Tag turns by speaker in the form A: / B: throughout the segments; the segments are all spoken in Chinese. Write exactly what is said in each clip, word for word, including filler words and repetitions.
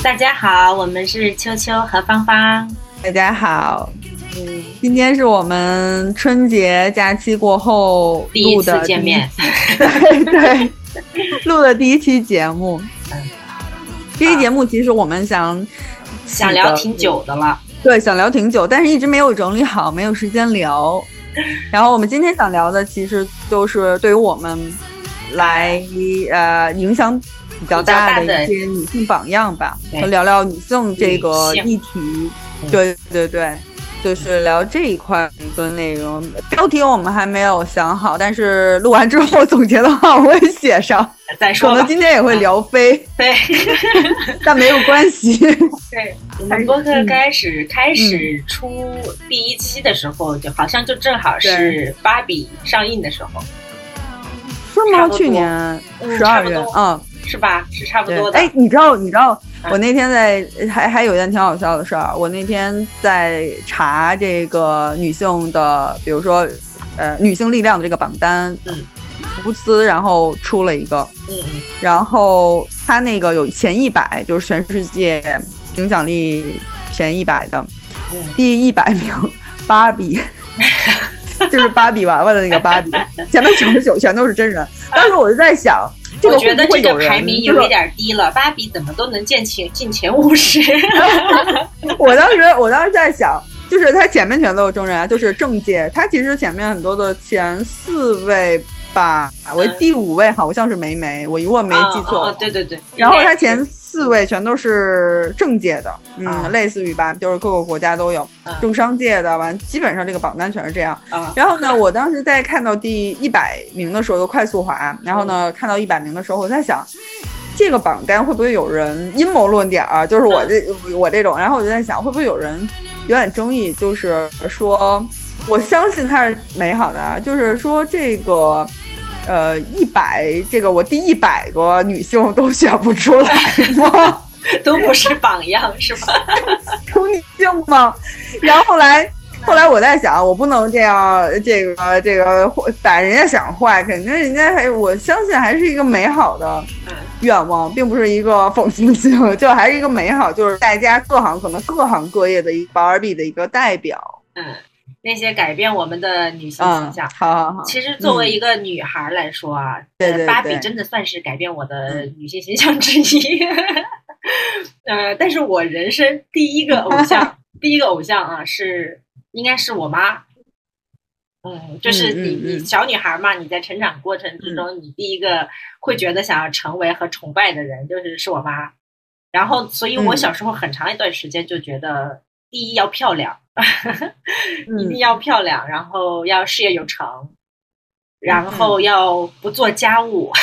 A: 大家好，我们是秋秋和芳芳。
B: 大家好，嗯，今天是我们春节假期过后
A: 第一次
B: 录的
A: 见面，
B: 对对，录的第一期节目。
A: 嗯，
B: 这期节目其实我们想
A: 想聊挺久的了，
B: 对，想聊挺久，但是一直没有整理好，没有时间聊。然后我们今天想聊的，其实就是对于我们来呃影响比较大的一些女性榜样吧，和聊聊女性这个议题。对对对，就是聊这一块的内容。标题我们还没有想好，但是录完之后总结的话我会写上。
A: 再说吧，
B: 可能今天也会聊飞，
A: 啊、对，
B: 但没有关系。
A: 对，我们播客开始、嗯、开始出第一期的时候，就好像就正好是芭比上映的时候。
B: 是吗？去年十二月，嗯。
A: 是吧？是差不多的。
B: 哎，你知道，你知道，我那天在还还有一件挺好笑的事儿。我那天在查这个女性的，比如说，呃，女性力量的这个榜单，
A: 嗯，
B: 福斯然后出了一个，
A: 嗯嗯，
B: 然后他那个有前一百，就是全世界影响力前一百的，
A: 嗯、
B: 第一百名，芭比。就是芭比娃娃的那个芭比，前面九十九全都是真人。当时我就在想，这个、
A: 我觉得这个排名有一点低了，芭比怎么都能进前进前五十。
B: 我当时我当时在想，就是他前面全都是真人啊，就是政界，他其实前面很多的前四位吧，我第五位好像是梅梅，我如果没记错，
A: 哦哦、对对对，
B: 然后他前四位全都是政界的，嗯，啊、类似于吧，就是各个国家都有，
A: 啊、
B: 政商界的，完基本上这个榜单全是这样。
A: 啊、
B: 然后呢，我当时在看到第一百名的时候，又快速滑，然后呢，嗯、看到一百名的时候，我在想，这个榜单会不会有人阴谋论点啊？就是我这、嗯、我这种，然后我就在想，会不会有人有点争议，就是说，我相信它是美好的，就是说这个。呃，一百这个我第一百个女性都选不出来吗？
A: 都不是榜样是吧？
B: 有女性吗？然后后来后来我在想，我不能这样，这个这个把人家想坏，肯定人家还我相信还是一个美好的愿望，并不是一个讽刺性，就还是一个美好，就是大家各行可能各行各业的一个芭比的一个代表。
A: 嗯。那些改变我们的女性形象，
B: 嗯、好好好。
A: 其实作为一个女孩来说啊，
B: 嗯、对对对，
A: 芭比真的算是改变我的女性形象之一。呃，但是我人生第一个偶像，第一个偶像啊，是应该是我妈。嗯，就是你、嗯嗯、你小女孩嘛，你在成长过程之中，嗯、你第一个会觉得想要成为和崇拜的人，就是是我妈。然后，所以我小时候很长一段时间就觉得，第一要漂亮。一定要漂亮，然后要事业有成，然后要不做家务，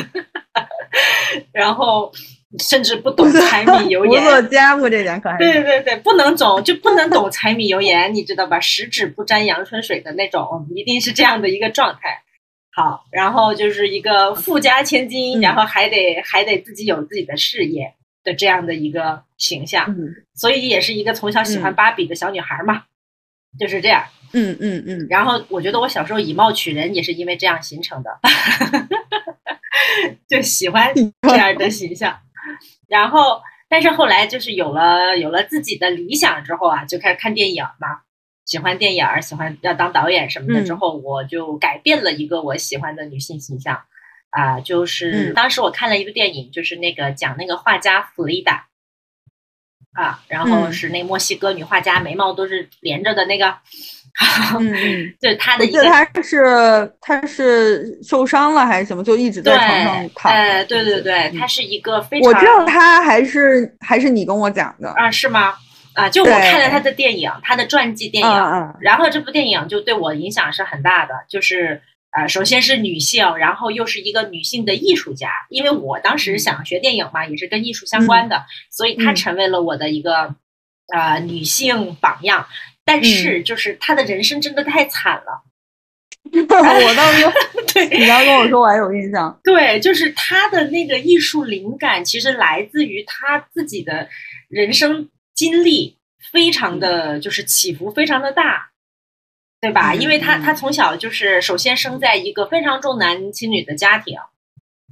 A: 然后甚至不懂柴米油盐。
B: 不做家务这点可还是
A: 对对对，不能懂就不能懂柴米油盐，你知道吧？十指不沾阳春水的那种，一定是这样的一个状态。好，然后就是一个富家千金，嗯、然后还得还得自己有自己的事业的这样的一个形象，
B: 嗯、
A: 所以也是一个从小喜欢芭比的小女孩嘛，嗯、就是这样。
B: 嗯嗯嗯。
A: 然后我觉得我小时候以貌取人也是因为这样形成的，就喜欢这样的形象。然后，但是后来就是有了有了自己的理想之后啊，就开始看电影嘛，喜欢电影，喜欢要当导演什么的。之后，我就改变了一个我喜欢的女性形象。啊、呃，就是当时我看了一个电影，就是那个讲那个画家弗丽达啊，然后是那墨西哥女画家，眉毛都是连着的那个，
B: 嗯，
A: 就是她的一个，
B: 他是他是受伤了还是什么，就一直在床上躺。
A: 哎，对对对，她是一个非常，
B: 我知道他还是还是你跟我讲的
A: 啊，是吗？啊，就我看了他的电影，他的传记电影，
B: 嗯、
A: 然后这部电影就对我影响是很大的，就是。呃，首先是女性，然后又是一个女性的艺术家，因为我当时想学电影嘛，也是跟艺术相关的，
B: 嗯、
A: 所以她成为了我的一个、嗯、呃女性榜样。但是就是她的人生真的太惨了。
B: 嗯、我当时
A: 对
B: 你刚跟我说，我还有印象。
A: 对，就是她的那个艺术灵感，其实来自于她自己的人生经历，非常的就是起伏非常的大。对吧？因为他他从小就是首先生在一个非常重男轻女的家庭，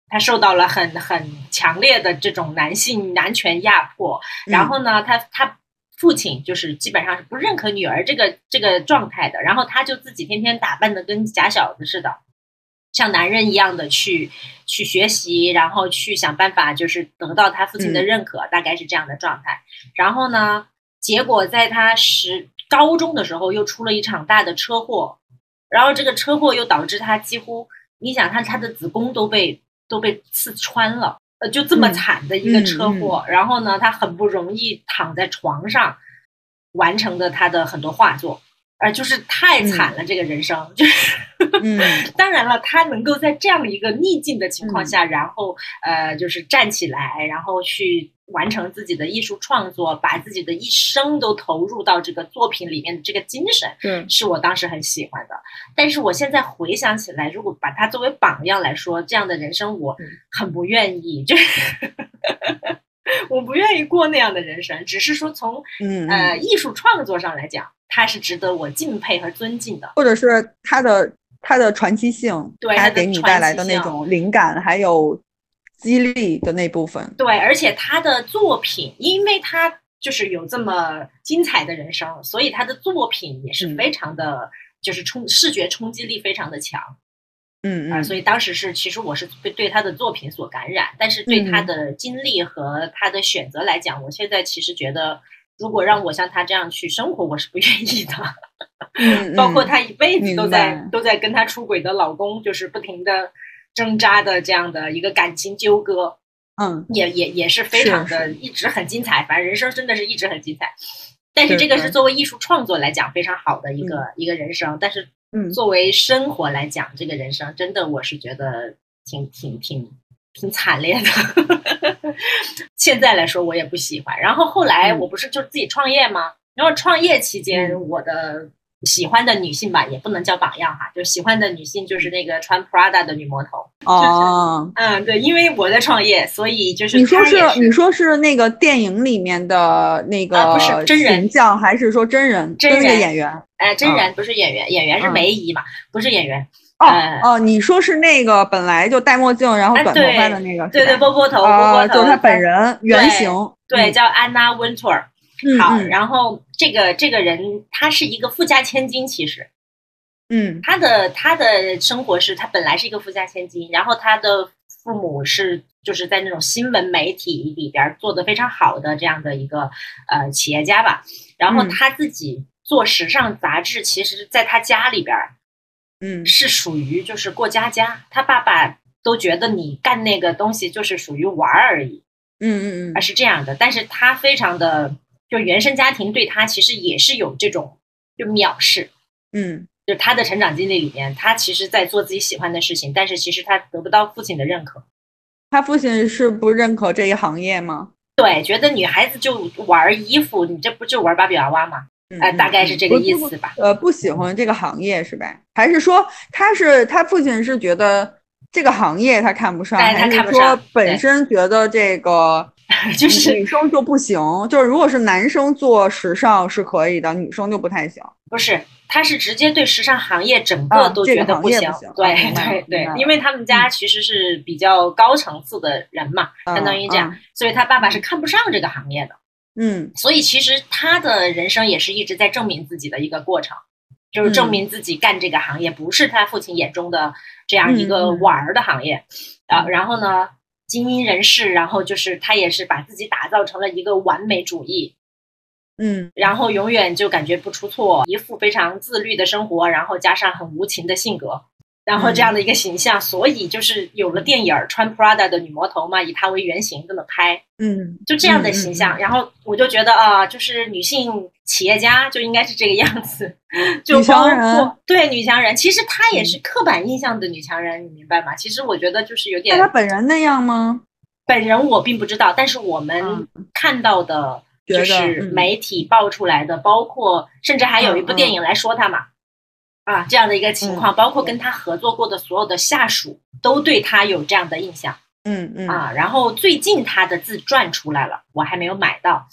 A: 他受到了很很强烈的这种男性男权压迫，然后呢，他他父亲就是基本上是不认可女儿这个这个状态的，然后他就自己天天打扮的跟假小子似的，像男人一样的去去学习，然后去想办法就是得到他父亲的认可，嗯、大概是这样的状态。然后呢，结果在他十高中的时候又出了一场大的车祸，然后这个车祸又导致他几乎，你想他他的子宫都被都被刺穿了，呃，就这么惨的一个车祸。嗯嗯嗯、然后呢，他很不容易躺在床上完成的他的很多画作。呃，就是太惨了，嗯、这个人生就是，嗯、当然了，他能够在这样一个逆境的情况下，嗯、然后呃，就是站起来，然后去完成自己的艺术创作，把自己的一生都投入到这个作品里面的这个精神，
B: 嗯，
A: 是我当时很喜欢的。但是我现在回想起来，如果把它作为榜样来说，这样的人生我很不愿意，就是。我不愿意过那样的人生，只是说从
B: 嗯
A: 呃艺术创作上来讲，它是值得我敬佩和尊敬的，
B: 或者是它的它的传奇性，
A: 对
B: 它给你带来的那种灵感还有激励的那部分。
A: 对，而且他的作品，因为他就是有这么精彩的人生，所以他的作品也是非常的，嗯、就是冲视觉冲击力非常的强。
B: 嗯嗯、
A: 呃，所以当时是，其实我是对对他的作品所感染，但是对他的经历和他的选择来讲，嗯、我现在其实觉得，如果让我像他这样去生活，我是不愿意的。
B: 嗯，
A: 包括他一辈子都在都在跟他出轨的老公，就是不停的挣扎的这样的一个感情纠葛，
B: 嗯，
A: 也也也是非常的，一直很精彩。反正人生真的是一直很精彩，但是这个是作为艺术创作来讲非常好的一个、嗯、一个人生，但是。
B: 嗯，
A: 作为生活来讲，这个人生真的我是觉得挺挺挺挺惨烈的。现在来说我也不喜欢。然后后来我不是就自己创业吗？然后创业期间，
B: 嗯、
A: 我的喜欢的女性吧，也不能叫榜样哈，就喜欢的女性就是那个穿 Prada 的女魔头。
B: 哦，
A: 就是、嗯，对，因为我在创业，所以就是
B: 你说是,
A: 是
B: 你说是那个电影里面的那个、
A: 呃、不是真人
B: 形象，还是说真人？
A: 真人
B: 那个演员？
A: 呃，真人不是演员，嗯、演员是梅姨嘛，嗯、不是演员。
B: 哦、
A: 呃、
B: 哦，你说是那个本来就戴墨镜，然后短头发的那个，
A: 啊、对, 对对，波波头，
B: 呃、
A: 波波头，
B: 就是他本人原型，
A: 对，对
B: 嗯、
A: 叫安娜温图尔。好，嗯、然后这个这个人他是一个富家千金，其实，
B: 嗯，
A: 他的他的生活是他本来是一个富家千金，然后他的父母是就是在那种新闻媒体里边做得非常好的这样的一个呃企业家吧，然后他自己做时尚杂志，其实在他家里边，
B: 嗯，
A: 是属于就是过家家，他爸爸都觉得你干那个东西就是属于玩而已，
B: 嗯嗯嗯，
A: 而是这样的，但是他非常的就原生家庭对他其实也是有这种就藐视，
B: 嗯。
A: 就他的成长经历里面，他其实在做自己喜欢的事情，但是其实他得不到父亲的认可。
B: 他父亲是不认可这一行业吗？
A: 对，觉得女孩子就玩衣服，你这不就玩芭比娃娃吗？
B: 嗯、
A: 呃，大概是这个意思吧。
B: 呃，不喜欢这个行业是吧？还是说他是他父亲是觉得这个行业他看不上，
A: 他看不上
B: 还是说本身觉得这个
A: 就是
B: 女生就不行？就是如果是男生做时尚是可以的，女生就不太行。
A: 不是。他是直接对时尚行业整个都觉得不行，
B: 啊这个、
A: 对、
B: 啊、
A: 对对，因为他们家其实是比较高层次的人嘛，
B: 嗯、
A: 相当于这样、嗯，所以他爸爸是看不上这个行业的。
B: 嗯，
A: 所以其实他的人生也是一直在证明自己的一个过程，就是证明自己干这个行业不是他父亲眼中的这样一个玩的行业、
B: 嗯、
A: 啊。然后呢，精英人士，然后就是他也是把自己打造成了一个完美主义。
B: 嗯，
A: 然后永远就感觉不出错，一副非常自律的生活，然后加上很无情的性格，然后这样的一个形象，嗯、所以就是有了电影穿 Prada 的女魔头嘛，以她为原型这么拍，
B: 嗯，
A: 就这样的形象。
B: 嗯、
A: 然后我就觉得啊，就是女性企业家就应该是这个样子，就包括对女强人，其实她也是刻板印象的女强人，嗯、你明白吗？其实我觉得就是有点。
B: 那她本人那样吗？
A: 本人我并不知道，但是我们看到的。就是媒体爆出来的、嗯、包括甚至还有一部电影来说他嘛、嗯、啊这样的一个情况、嗯、包括跟他合作过的所有的下属都对他有这样的印象，
B: 嗯嗯
A: 啊，然后最近他的自传出来了，我还没有买到，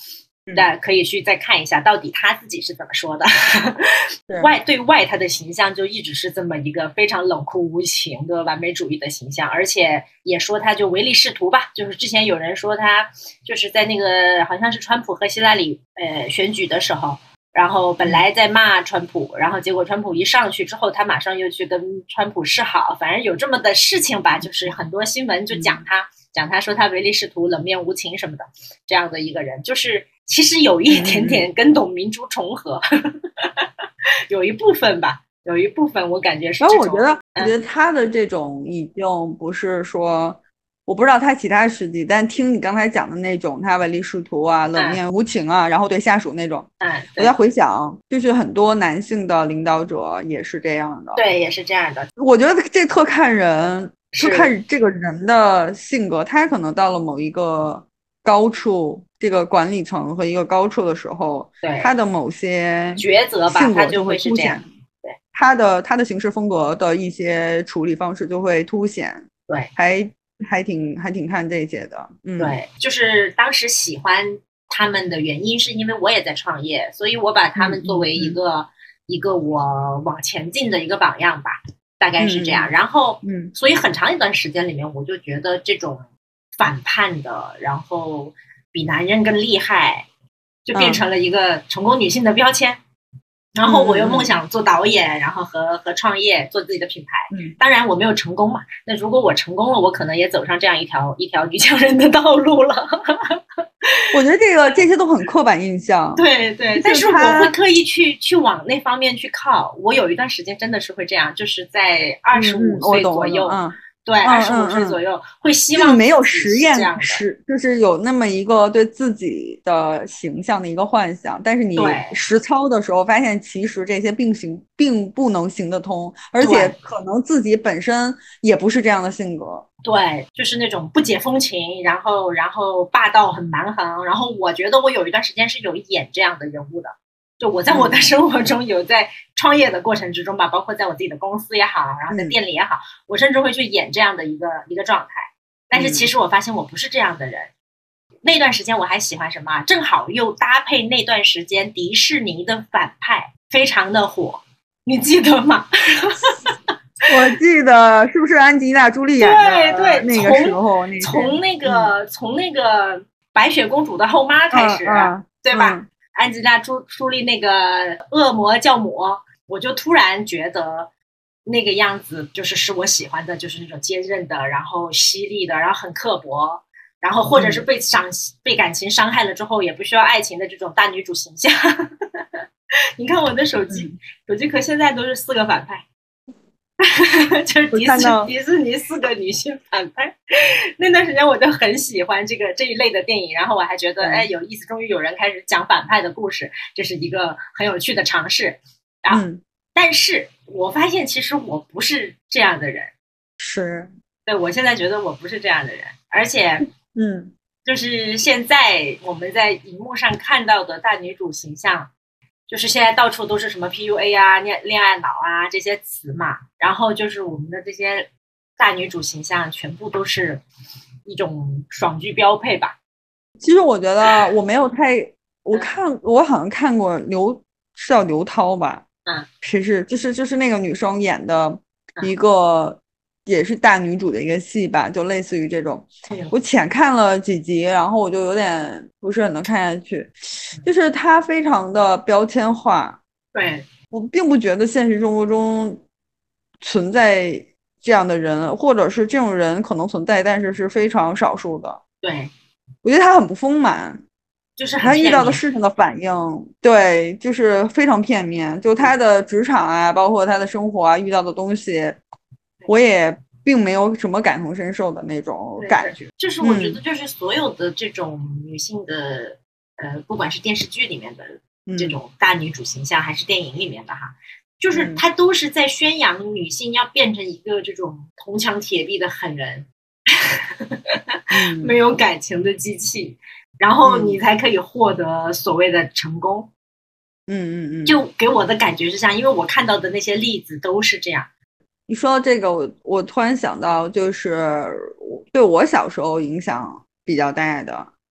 A: 大家可以去再看一下到底他自己是怎么说的。外对外他的形象就一直是这么一个非常冷酷无情的完美主义的形象，而且也说他就唯利是图吧，就是之前有人说他就是在那个好像是川普和希拉里呃选举的时候，然后本来在骂川普，然后结果川普一上去之后他马上又去跟川普示好，反正有这么的事情吧，就是很多新闻就讲他、嗯、讲他说他唯利是图冷面无情什么的，这样的一个人，就是其实有一点点跟董明珠重合、嗯、有一部分吧，有一部分我感觉是这种。
B: 然后我觉得、嗯、我觉得他的这种已经不是说，我不知道他其他事迹，但听你刚才讲的那种他唯利是图啊、冷面无情啊、嗯、然后对下属那种，
A: 嗯，
B: 我在回想就是很多男性的领导者也是这样的。
A: 对，也是这样的。
B: 我觉得这特看人，就看这个人的性格，他可能到了某一个高处，这个管理层和一个高处的时候，
A: 对
B: 他的某些
A: 抉择吧，他就会
B: 凸显。
A: 对，
B: 他的他的行事风格的一些处理方式就会凸显。
A: 对，
B: 还还挺还挺看这些的。嗯，
A: 对，就是当时喜欢他们的原因是因为我也在创业，所以我把他们作为一个、嗯嗯、一个我往前进的一个榜样吧，大概是这样。
B: 嗯、
A: 然后，
B: 嗯，
A: 所以很长一段时间里面，我就觉得这种反叛的，然后比男人更厉害，就变成了一个成功女性的标签。嗯，然后我又梦想做导演，嗯、然后和和创业做自己的品牌。
B: 嗯，
A: 当然我没有成功嘛。那如果我成功了，我可能也走上这样一条一条女强人的道路了。
B: 我觉得这个这些都很刻板印象。
A: 对对，但是我会刻意去去往那方面去靠。我有一段时间真的是会这样，就是在二十五岁左右。
B: 嗯。
A: 对，二十五岁左右、嗯嗯、会希望
B: 没有实验实，就是有那么一个对自己的形象的一个幻想，但是你实操的时候发现，其实这些并行并不能行得通，而且可能自己本身也不是这样的性格。
A: 对，就是那种不解风情，然后然后霸道很蛮横，然后我觉得我有一段时间是有演这样的人物的。就我在我的生活中有在创业的过程之中吧，包括在我自己的公司也好，然后在店里也好，我甚至会去演这样的一个一个状态。但是其实我发现我不是这样的人。那段时间我还喜欢什么？正好又搭配那段时间迪士尼的反派非常的火，你记得吗？
B: 我记得，是不是安吉娜·朱莉演的？
A: 对对，
B: 那个时候，
A: 那从那个、嗯、从那个白雪公主的后妈开始，
B: 嗯嗯、
A: 对吧？嗯，安吉拉朱朱莉那个恶魔教母，我就突然觉得那个样子就是是我喜欢的，就是那种坚韧的，然后犀利的，然后很刻薄，然后或者是被伤、嗯、被感情伤害了之后也不需要爱情的这种大女主形象。你看我的手机、嗯、手机壳现在都是四个反派。就是迪士迪士尼四个女性反派，那段时间我就很喜欢这个这一类的电影，然后我还觉得哎有意思，终于有人开始讲反派的故事，这是一个很有趣的尝试。然后、嗯、但是我发现其实我不是这样的人，
B: 是
A: 对，我现在觉得我不是这样的人，而且
B: 嗯，
A: 就是现在我们在荧幕上看到的大女主形象。就是现在到处都是什么 P U A 啊、恋恋爱脑啊这些词嘛，然后就是我们的这些大女主形象全部都是一种爽剧标配吧。
B: 其实我觉得我没有太，我看、嗯、我好像看过刘是叫刘涛吧，
A: 嗯，
B: 谁是就是就是那个女生演的一个、嗯、也是大女主的一个戏吧，就类似于这种。
A: 嗯、
B: 我浅看了几集，然后我就有点不是很能看下去，就是它非常的标签化。
A: 对，
B: 我并不觉得现实生活中存在这样的人，或者是这种人可能存在，但是是非常少数的。
A: 对，
B: 我觉得他很不丰满，
A: 就是
B: 他遇到的事情的反应，对，就是非常片面。就他的职场啊，包括他的生活啊，遇到的东西，我也并没有什么感同身受的那种感觉。
A: 就是我觉得，就是所有的这种女性的，嗯、呃，不管是电视剧里面的这种大女主形象，嗯、还是电影里面的哈，就是它都是在宣扬女性要变成一个这种铜墙铁壁的狠人，
B: 嗯、
A: 没有感情的机器，然后你才可以获得所谓的成功。
B: 嗯嗯嗯，
A: 就给我的感觉是这样，因为我看到的那些例子都是这样。
B: 你说到这个，我我突然想到，就是对我小时候影响比较大的，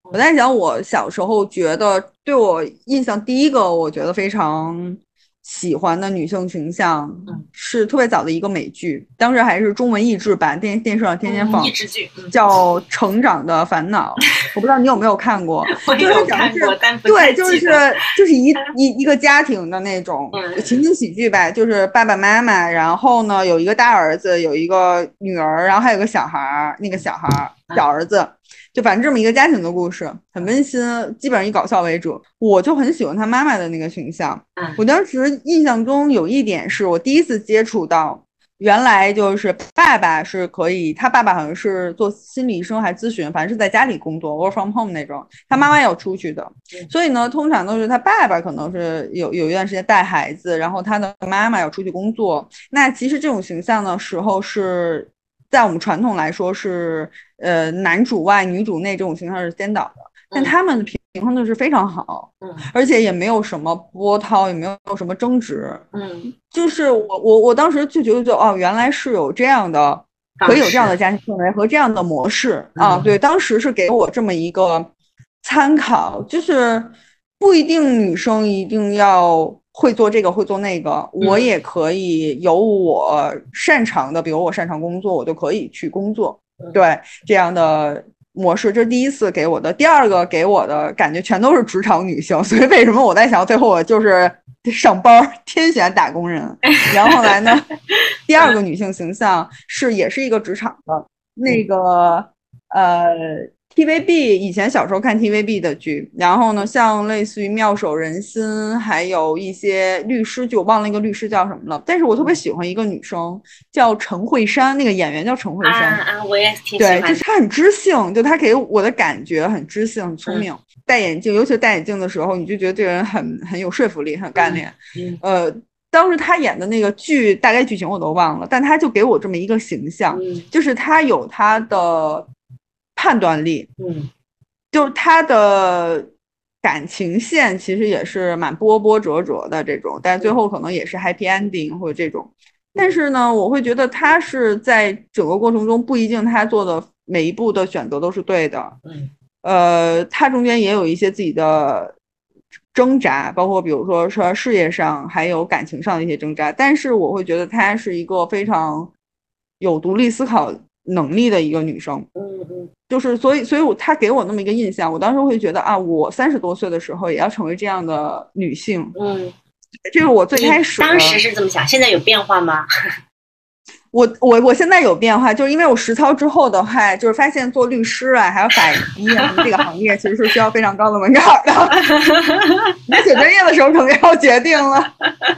B: 我在想，我小时候觉得对我印象第一个，我觉得非常喜欢的女性形象是特别早的一个美剧，当时还是中文译制版，电电视上天天放，
A: 嗯、译制剧、嗯、
B: 叫《成长的烦恼》，我不知道你有没有看过？
A: 我有看过，但不
B: 对，就是就是一一一个家庭的那种情景喜剧呗，就是爸爸妈妈，然后呢有一个大儿子，有一个女儿，然后还有个小孩，那个小孩小儿子。就反正这么一个家庭的故事，很温馨，基本上以搞笑为主。我就很喜欢他妈妈的那个形象。我当时印象中有一点是我第一次接触到，原来就是爸爸是可以，他爸爸好像是做心理医生还咨询，反正是在家里工作 work from home 那种，他妈妈要出去的。所以呢，通常都是他爸爸可能是有有一段时间带孩子，然后他的妈妈要出去工作。那其实这种形象的时候是在我们传统来说是呃男主外女主内这种形象是颠倒的，但他们的平衡的是非常好，嗯，而且也没有什么波涛，也没有什么争执，嗯，就是我我我当时就觉得就哦，原来是有这样的，可以有这样的家庭氛围和这样的模式啊，对，当时是给我这么一个参考，就是不一定女生一定要会做这个会做那个，我也可以有我擅长的，比如我擅长工作，我就可以去工作。对，这样的模式，这是第一次给我的。第二个给我的感觉全都是职场女性，所以为什么我在想，最后我就是上班天选打工人。然后后来呢，第二个女性形象是也是一个职场的那个呃。T V B 以前小时候看 T V B 的剧，然后呢，像类似于妙手仁心，还有一些律师剧，我忘了那个律师叫什么了。但是我特别喜欢一个女生，叫陈慧珊，那个演员叫陈慧珊。
A: 啊啊，我也挺喜欢。
B: 对，就是她很知性，就她给我的感觉很知性、很聪明。嗯、戴眼镜，尤其是戴眼镜的时候，你就觉得这个人很很有说服力，很干练。嗯、呃。当时他演的那个剧大概剧情我都忘了，但他就给我这么一个形象，嗯、就是他有他的判断力，嗯，就是他的感情线其实也是蛮波波折折的这种，但最后可能也是 happy ending 或者这种。但是呢，我会觉得他是在整个过程中不一定他做的每一步的选择都是对的，嗯，呃，他中间也有一些自己的挣扎，包括比如说说事业上还有感情上的一些挣扎，但是我会觉得她是一个非常有独立思考能力的一个女生，嗯嗯，就是所以所以我她给我那么一个印象，我当时会觉得啊，我三十多岁的时候也要成为这样的女性，嗯，这是我最开始
A: 当时是这么想，现在有变化吗？
B: 我我我现在有变化，就是因为我实操之后的话，就是发现做律师啊，还有法医啊这个行业，其实是需要非常高的门槛的。你在选专业的时候，可能要决定了。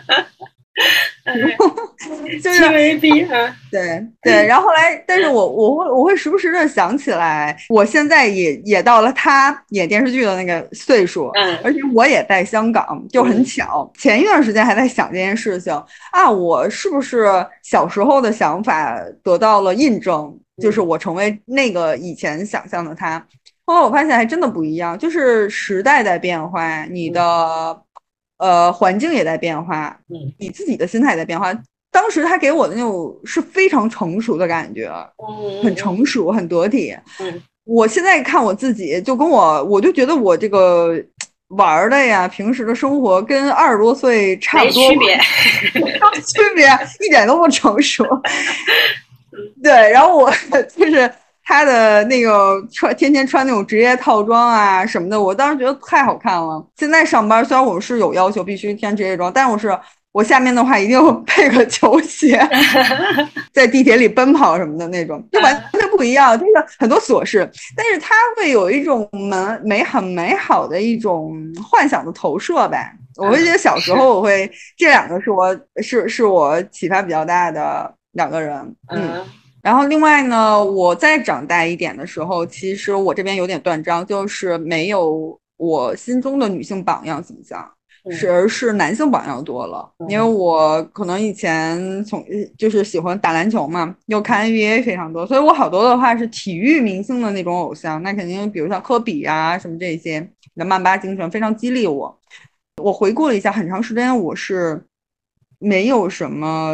B: 就是
A: T V B 啊，
B: 对对，然后后来，但是我我会我会时不时的想起来，我现在也也到了他演电视剧的那个岁数，嗯，而且我也在香港，就很巧，前一段时间还在想这件事情啊，我是不是小时候的想法得到了印证，就是我成为那个以前想象的他。后来我发现还真的不一样，就是时代在变化，你的。呃，环境也在变化，嗯，你自己的心态也在变化。当时他给我的那种是非常成熟的感觉，嗯，很成熟，很得体。嗯，我现在看我自己，就跟我，我就觉得我这个玩的呀，平时的生活跟二十多岁差不多，
A: 没区别，
B: 没有区别，一点都不成熟。对，然后我就是。他的那个穿天天穿那种职业套装啊什么的，我当时觉得太好看了。现在上班虽然我们是有要求必须穿职业装，但我是我下面的话一定要配个球鞋，在地铁里奔跑什么的那种，就完全不一样。就是很多琐事，但是它会有一种美美很美好的一种幻想的投射呗。我会觉得小时候我会这两个是我是是我启发比较大的两个人，嗯。然后另外呢，我再长大一点的时候，其实我这边有点断章，就是没有我心中的女性榜样形象，是而是男性榜样多了。因为我可能以前从就是喜欢打篮球嘛，又看 N B A 非常多，所以我好多的话是体育明星的那种偶像，那肯定比如像科比啊什么这些，的曼巴精神非常激励我。我回顾了一下，很长时间我是没有什么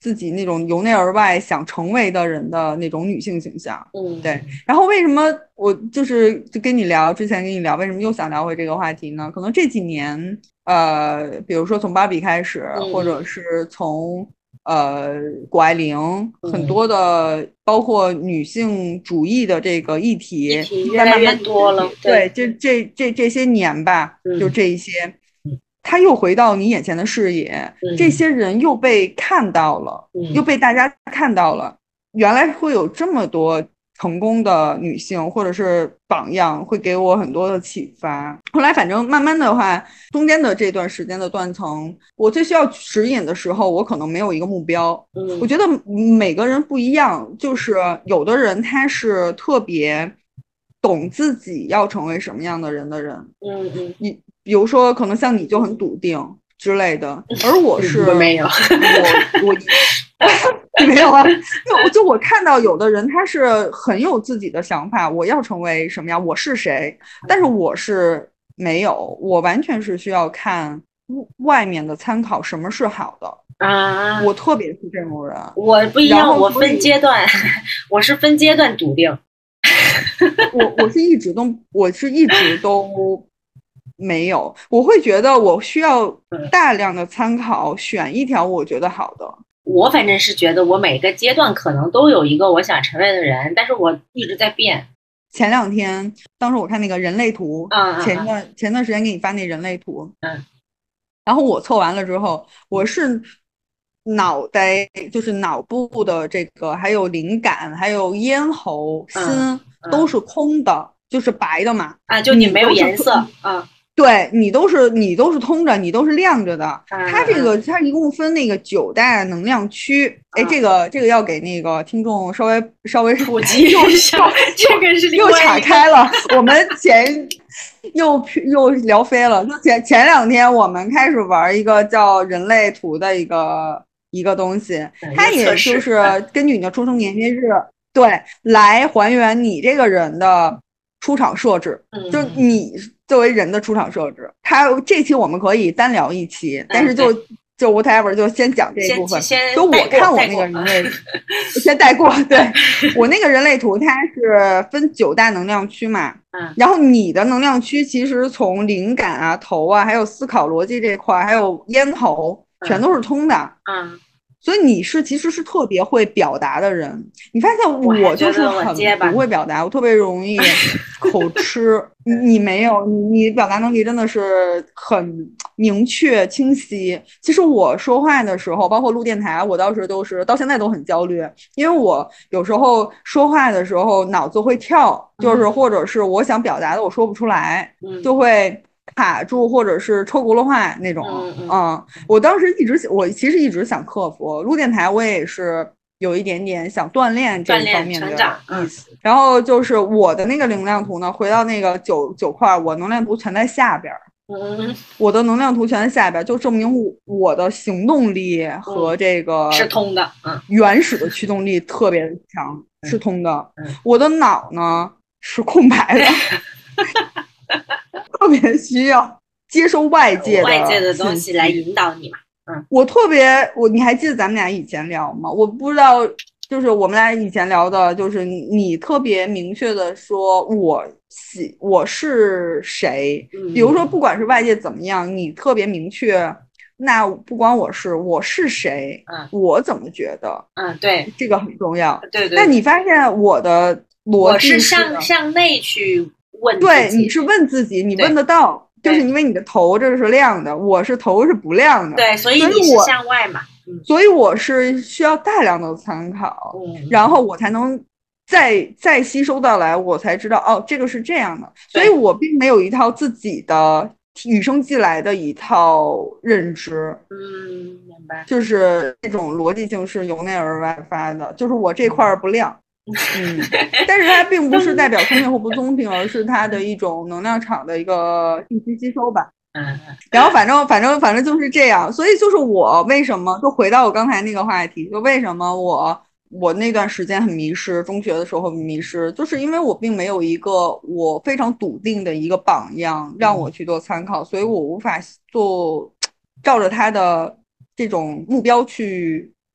B: 自己那种由内而外想成为的人的那种女性形象。
A: 嗯，
B: 对。然后为什么我就是就跟你聊之前跟你聊，为什么又想聊回这个话题呢？可能这几年，呃，比如说从芭比开始，
A: 嗯、
B: 或者是从呃谷爱凌，
A: 嗯、
B: 很多的包括女性主义的这个议题，
A: 议题越来越多了。
B: 对，这这这这些年吧，
A: 嗯、
B: 就这一些。他又回到你眼前的视野，
A: 嗯、
B: 这些人又被看到了，
A: 嗯、
B: 又被大家看到了。原来会有这么多成功的女性或者是榜样，会给我很多的启发。后来反正慢慢的话，中间的这段时间的断层，我最需要指引的时候，我可能没有一个目标。
A: 嗯，
B: 我觉得每个人不一样，就是有的人他是特别懂自己要成为什么样的人的人。
A: 嗯嗯，
B: 你。比如说，可能像你就很笃定之类的，而我是
A: 没有，
B: 我我没有啊。就就我看到有的人他是很有自己的想法，我要成为什么样，我是谁，但是我是没有，我完全是需要看外面的参考，什么是好的
A: 啊。
B: 我特别是这种人，
A: 我不一样，我分阶段，我是分阶段笃定。
B: 我我是一直都，我是一直都。没有，我会觉得我需要大量的参考，选一条我觉得好的。
A: 我反正是觉得我每个阶段可能都有一个我想成为的人，但是我一直在变。
B: 前两天，当时我看那个人类图，
A: 嗯，
B: 前段前段时间给你发那人类图，
A: 嗯，
B: 然后我测完了之后，我是脑袋就是脑部的这个，还有灵感，还有咽喉、心、
A: 嗯嗯、
B: 都是空的，就是白的嘛。
A: 啊，就你没有颜色啊。嗯，
B: 对你都是你都是通着，你都是亮着的。
A: 嗯、
B: 它这个它一共分那个九大能量区。哎、嗯，这个这个要给那个听众稍微稍微
A: 普及一下，这个是
B: 又岔开了。我们前又又聊飞了。前前两天我们开始玩一个叫人类图的一个一个东西，它也就是根据你的出生年月日，对，来还原你这个人的出场设置，
A: 嗯、
B: 就你作为人的出场设置。它这期我们可以单聊一期，嗯、但是就就 whatever 就先讲这一部分。就我看我那个人类，先带过。对，我那个人类图，它是分九大能量区嘛。
A: 嗯。
B: 然后你的能量区其实从灵感啊、头啊，还有思考逻辑这块，还有咽喉，全都是通的。
A: 嗯。嗯，
B: 所以你是其实是特别会表达的人。你发现我就是很不会表达，我特别容易口吃。你你没有，你你表达能力真的是很明确清晰。其实我说话的时候，包括录电台，我当时都是到现在都很焦虑，因为我有时候说话的时候脑子会跳，就是或者是我想表达的我说不出来，就会卡住或者是抽轱辘话那种。
A: 嗯嗯
B: 嗯，我当时一直我其实一直想克服录电台，我也是有一点点想锻炼这方面的意思。
A: 嗯、
B: 然后就是我的那个能量图呢，回到那个九九块，我能量图全在下边。
A: 嗯，
B: 我的能量图全在下边，就证明我我的行动力和这个
A: 是通的，嗯，
B: 原始的驱动力特别强，
A: 嗯、
B: 是通的。
A: 嗯、
B: 我的脑呢是空白的。特别需要接收外界的
A: 外界的东西来引导你嘛。嗯，
B: 我特别我你还记得咱们俩以前聊吗？我不知道，就是我们俩以前聊的，就是你特别明确的说我喜我是谁，
A: 嗯、
B: 比如说不管是外界怎么样，你特别明确。那不光我是我是谁，
A: 嗯，
B: 我怎么觉得？
A: 嗯，对，
B: 这个很重要。
A: 对 对, 对。
B: 那你发现我的逻辑
A: 是向向内去。问
B: 对，你是问自己，你问得到，就是因为你的头这是亮的，我是头是不亮的，
A: 对，所以你是向外嘛，
B: 嗯、所以我是需要大量的参考，
A: 嗯、
B: 然后我才能再再吸收到来，我才知道哦，这个是这样的，所以我并没有一套自己的与生俱来的一套认知，
A: 嗯，明白，
B: 就是那种逻辑性是由内而外发的，就是我这块不亮。嗯，但是它并不是代表聪明或不聪明，而是它的一种能量场的一个信息吸收吧。
A: 嗯，
B: 然后反正反正反正就是这样，所以就是我为什么就回到我刚才那个话题，就为什么我我那段时间很迷失，中学的时候很迷失，就是因为我并没有一个我非常笃定的一个榜样让我去做参考，所以我无法做照着他的这种目标去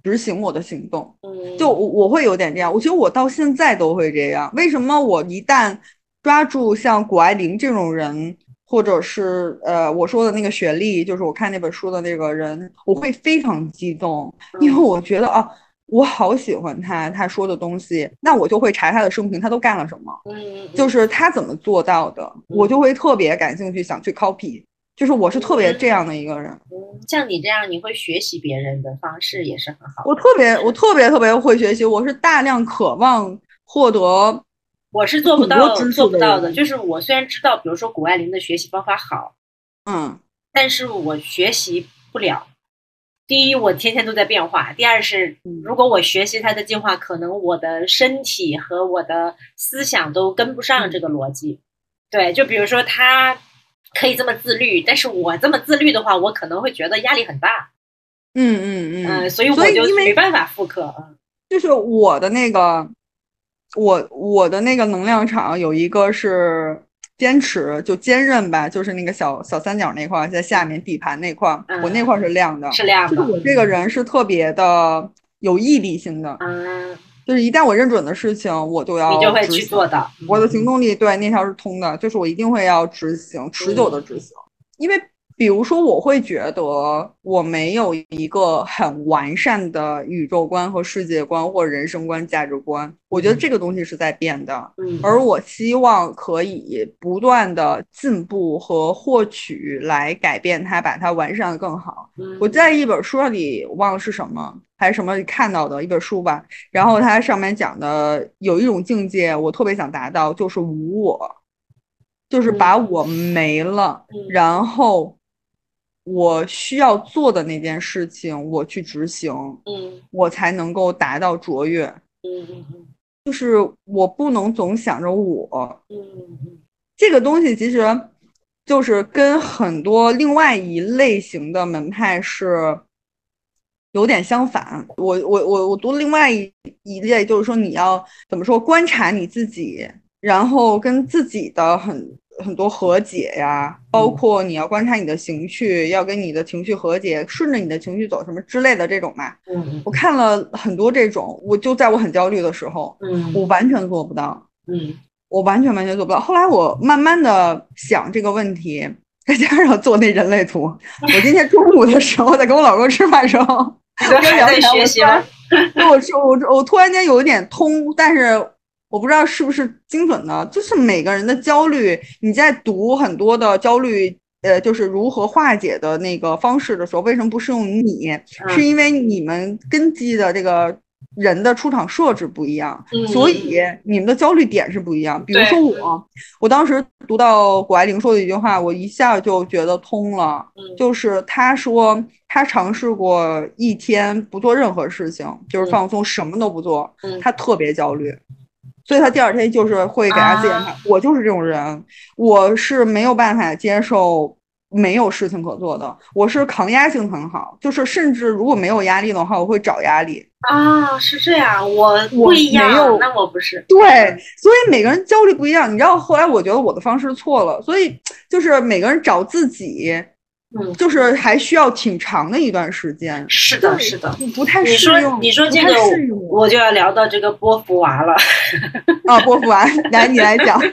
B: 执行我的行动。
A: 嗯，
B: 就我我会有点这样，我觉得我到现在都会这样。为什么我一旦抓住像谷爱凌这种人，或者是呃我说的那个雪莉，就是我看那本书的那个人，我会非常激动，因为我觉得啊，我好喜欢他他说的东西，那我就会查他的生平，他都干了什么，
A: 嗯，
B: 就是他怎么做到的，我就会特别感兴趣，想去 copy。就是我是特别这样的一个人。
A: 嗯，像你这样，你会学习别人的方式也是很好。
B: 我特别，我特别特别会学习，我是大量渴望获得。
A: 我是做不到，做不到的。就是我虽然知道，比如说谷爱凌的学习方法好，
B: 嗯，
A: 但是我学习不了。第一，我天天都在变化；第二是，如果我学习她的进化，可能我的身体和我的思想都跟不上这个逻辑。嗯、对，就比如说她可以这么自律，但是我这么自律的话，我可能会觉得压力很大。
B: 嗯嗯嗯，
A: 呃、所以我就没办法复刻。
B: 就是我的那个，我我的那个能量场有一个是坚持，就坚韧吧，就是那个小小三角那块，在下面底盘那块，
A: 嗯、
B: 我那块是亮的，
A: 是亮的。
B: 就是我这个人是特别的有毅力性的。
A: 嗯。
B: 就是一旦我认准的事情，我就要
A: 你就会去做的。
B: 我的行动力对那条是通的，就是我一定会要执行，持久的执行。嗯、因为比如说，我会觉得我没有一个很完善的宇宙观和世界观或人生观、价值观，我觉得这个东西是在变的。
A: 嗯，
B: 而我希望可以不断的进步和获取来改变它，把它完善的更好。
A: 嗯、
B: 我在一本书里忘了是什么。还是什么看到的一本书吧，然后它上面讲的有一种境界，我特别想达到，就是无我，就是把我没了，
A: 嗯、
B: 然后我需要做的那件事情我去执行，
A: 嗯，
B: 我才能够达到卓越。
A: 嗯嗯嗯，
B: 就是我不能总想着我，
A: 嗯嗯，
B: 这个东西其实就是跟很多另外一类型的门派是。有点相反，我我我我读另外一一类，就是说你要怎么说，观察你自己，然后跟自己的很很多和解呀，包括你要观察你的情绪，要跟你的情绪和解，顺着你的情绪走什么之类的这种嘛。
A: 嗯，
B: 我看了很多这种，我就在我很焦虑的时候，
A: 嗯，
B: 我完全做不到，
A: 嗯，
B: 我完全完全做不到。后来我慢慢的想这个问题，再加上做那人类图，我今天中午的时候在跟我老公吃饭的时候。
A: 你都还在学习吗？
B: 我我我突然间有一点通，但是我不知道是不是精准的。就是每个人的焦虑，你在读很多的焦虑，呃，就是如何化解的那个方式的时候，为什么不适用于你？
A: 嗯、
B: 是因为你们根基的这个人的出场设置不一样，
A: 嗯、
B: 所以你们的焦虑点是不一样。比如说我，我当时读到谷爱凌说的一句话，我一下就觉得通了，
A: 嗯、
B: 就是他说。他尝试过一天不做任何事情，就是放松，什么都不做，
A: 嗯、
B: 他特别焦虑，所以他第二天就是会给他自己安排。啊、我就是这种人，我是没有办法接受没有事情可做的，我是抗压性很好，就是甚至如果没有压力的话，我会找压力。
A: 啊，是这样，我不一样，
B: 我
A: 那我不是。
B: 对，所以每个人焦虑不一样。你知道，后来我觉得我的方式错了，所以就是每个人找自己。
A: 嗯，
B: 就是还需要挺长的一段时间。
A: 是的，是的，
B: 不太适用。
A: 你说你说这个，我就要聊到这个波伏娃了。
B: 啊，波伏娃，来你来讲。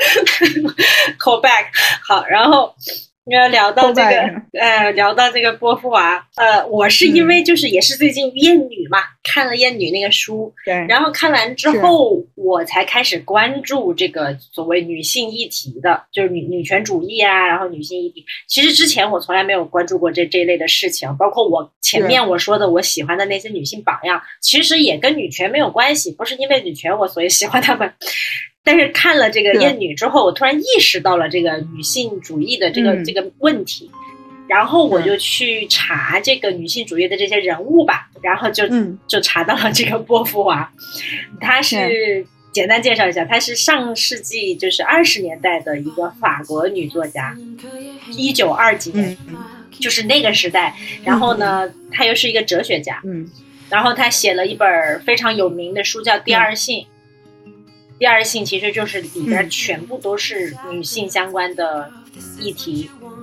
A: Call back， 好，然后要聊到这个，呃，聊到这个波伏娃，呃，我是因为就是也是最近厌女嘛，嗯、看了厌女那个书，
B: 对，
A: 然后看完之后，我才开始关注这个所谓女性议题的，就是女女权主义啊，然后女性议题。其实之前我从来没有关注过这这一类的事情，包括我前面我说的我喜欢的那些女性榜样，其实也跟女权没有关系，不是因为女权我所以喜欢她们。但是看了这个厌女之后，我突然意识到了这个女性主义的这个、嗯、这个问题，然后我就去查这个女性主义的这些人物吧，然后就、嗯、就查到了这个波伏娃，她是简单介绍一下，她是上世纪就是二十年代的一个法国女作家，一九二几年、嗯，就是那个时代。然后呢，嗯、她又是一个哲学家，嗯，然后她写了一本非常有名的书叫《第二性》。嗯第二性其实就是里边全部都是女性相关的议题，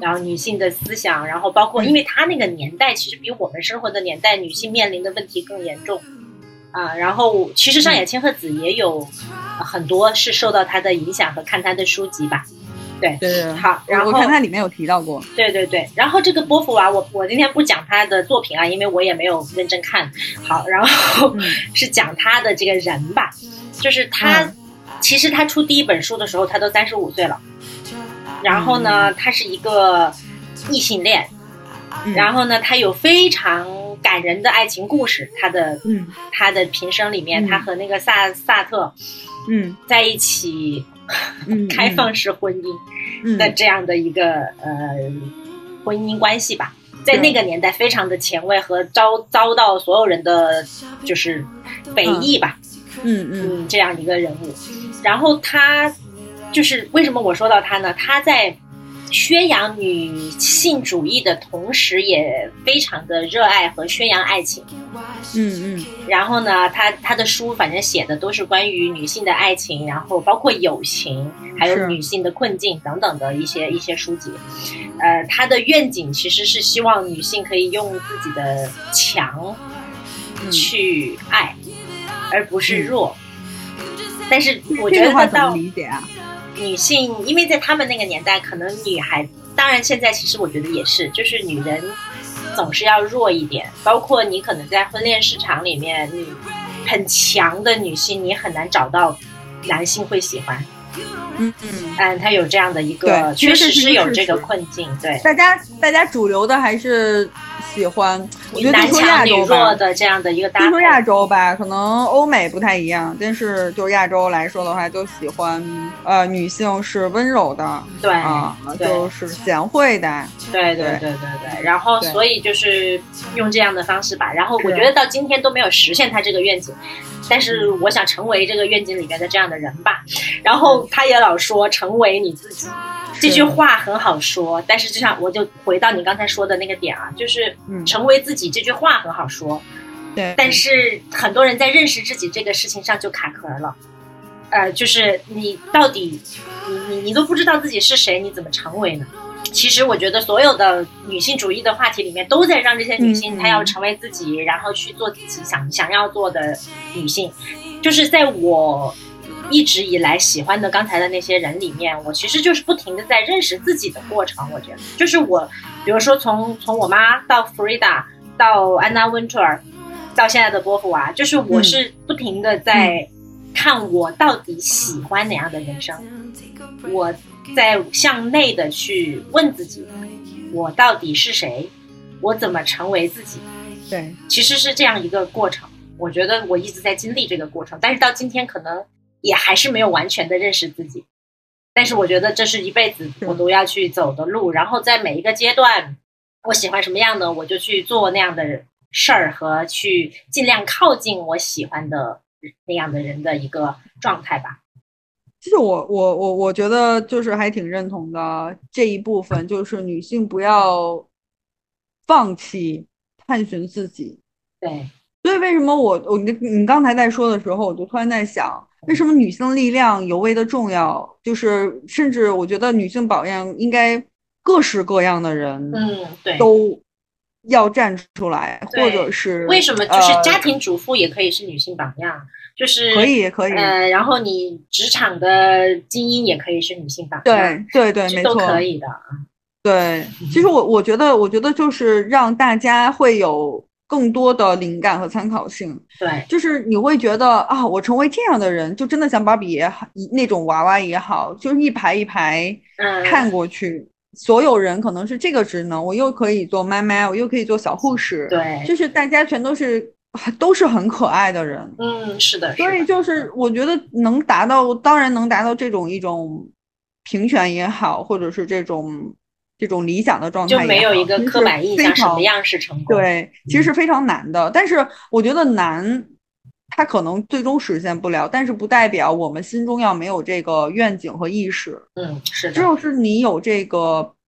A: 然后女性的思想，然后包括因为她那个年代其实比我们生活的年代女性面临的问题更严重啊。然后其实上野千鹤子也有很多是受到她的影响和看她的书籍吧。对
B: 对，
A: 好，然后
B: 我看它里面有提到过。
A: 对对对，然后这个波伏娃，我我今天不讲他的作品啊，因为我也没有认真看。好，然后、嗯、是讲他的这个人吧，就是他、嗯、其实他出第一本书的时候，他都三十五岁了。然后呢，嗯、他是一个异性恋，嗯、然后呢，他有非常感人的爱情故事。他的嗯，他的平生里面，嗯、他和那个萨萨特嗯在一起。嗯、开放式婚姻的这样的一个、嗯、呃婚姻关系吧，在那个年代非常的前卫和遭遭到所有人的就是非议吧，嗯 嗯, 嗯这样一个人物。然后他就是为什么我说到他呢？他在宣扬女性主义的同时，也非常的热爱和宣扬爱情。嗯嗯。然后呢，他他的书反正写的都是关于女性的爱情，然后包括友情，还有女性的困境等等的一些一些书籍。呃，他的愿景其实是希望女性可以用自己的强去爱，嗯、而不是弱。嗯、但是我觉得到
B: 理解啊。
A: 女性，因为在他们那个年代，可能女孩，当然现在其实我觉得也是，就是女人总是要弱一点。包括你可能在婚恋市场里面，你很强的女性，你很难找到男性会喜欢。嗯嗯，嗯，他有这样的一个，确实是有这个困境。对，
B: 大家大家主流的还是喜欢，我觉得
A: 男强女弱的这样的一个搭配。
B: 就说亚洲吧，可能欧美不太一样，但是就亚洲来说的话，就喜欢呃女性是温柔的，
A: 对
B: 啊，就是贤惠的，
A: 对对对对对。然后所以就是用这样的方式吧。然后我觉得到今天都没有实现他这个愿景。但是我想成为这个愿景里面的这样的人吧。然后他也老说成为你自己，这句话很好说，但是就像我就回到你刚才说的那个点啊，就是成为自己这句话很好说，
B: 对，
A: 但是很多人在认识自己这个事情上就卡壳了。呃，就是你到底你你你都不知道自己是谁，你怎么成为呢？其实我觉得所有的女性主义的话题里面都在让这些女性她要成为自己，然后去做自己想想要做的女性。就是在我一直以来喜欢的刚才的那些人里面，我其实就是不停的在认识自己的过程。我觉得就是我比如说从从我妈到 Frida 到安娜温特尔到现在的波伏娃，就是我是不停的在看我到底喜欢哪样的人生，我在向内的去问自己，我到底是谁，我怎么成为自己。
B: 对，
A: 其实是这样一个过程。我觉得我一直在经历这个过程，但是到今天可能也还是没有完全的认识自己，但是我觉得这是一辈子我都要去走的路。然后在每一个阶段我喜欢什么样的我就去做那样的事儿，和去尽量靠近我喜欢的那样的人的一个状态吧。
B: 其实我我我我觉得就是还挺认同的这一部分，就是女性不要放弃探寻自己。
A: 对，
B: 所以为什么我我你你刚才在说的时候，我就突然在想，为什么女性力量尤为的重要？就是甚至我觉得女性榜样应该各式各样的人，
A: 嗯，对，
B: 都要站出来，或者是
A: 为什么就是家庭主妇也可以是女性榜样？呃就是
B: 可以可以，
A: 呃，然后你职场的精英也可以是女性榜
B: 样，对对对，没错，
A: 都可以的。
B: 对，其实我我觉得，我觉得就是让大家会有更多的灵感和参考性。
A: 对，
B: 就是你会觉得啊，我成为这样的人，就真的像芭比也好，那种娃娃也好，就是一排一排看过去，嗯、所有人可能是这个职能，我又可以做妈妈，我又可以做小护士，
A: 对，
B: 就是大家全都是。都是很可爱的人，
A: 嗯，是的，
B: 所以就是我觉得能达到，当然能达到这种一种平权也好，或者是这种这种理想的状态也好，
A: 就没有一个刻板印象什么样是成功，
B: 对，其实是非常难的。嗯、但是我觉得难，它可能最终实现不了，但是不代表我们心中要没有这个愿景和意识。
A: 嗯，是的，
B: 只有是你有这个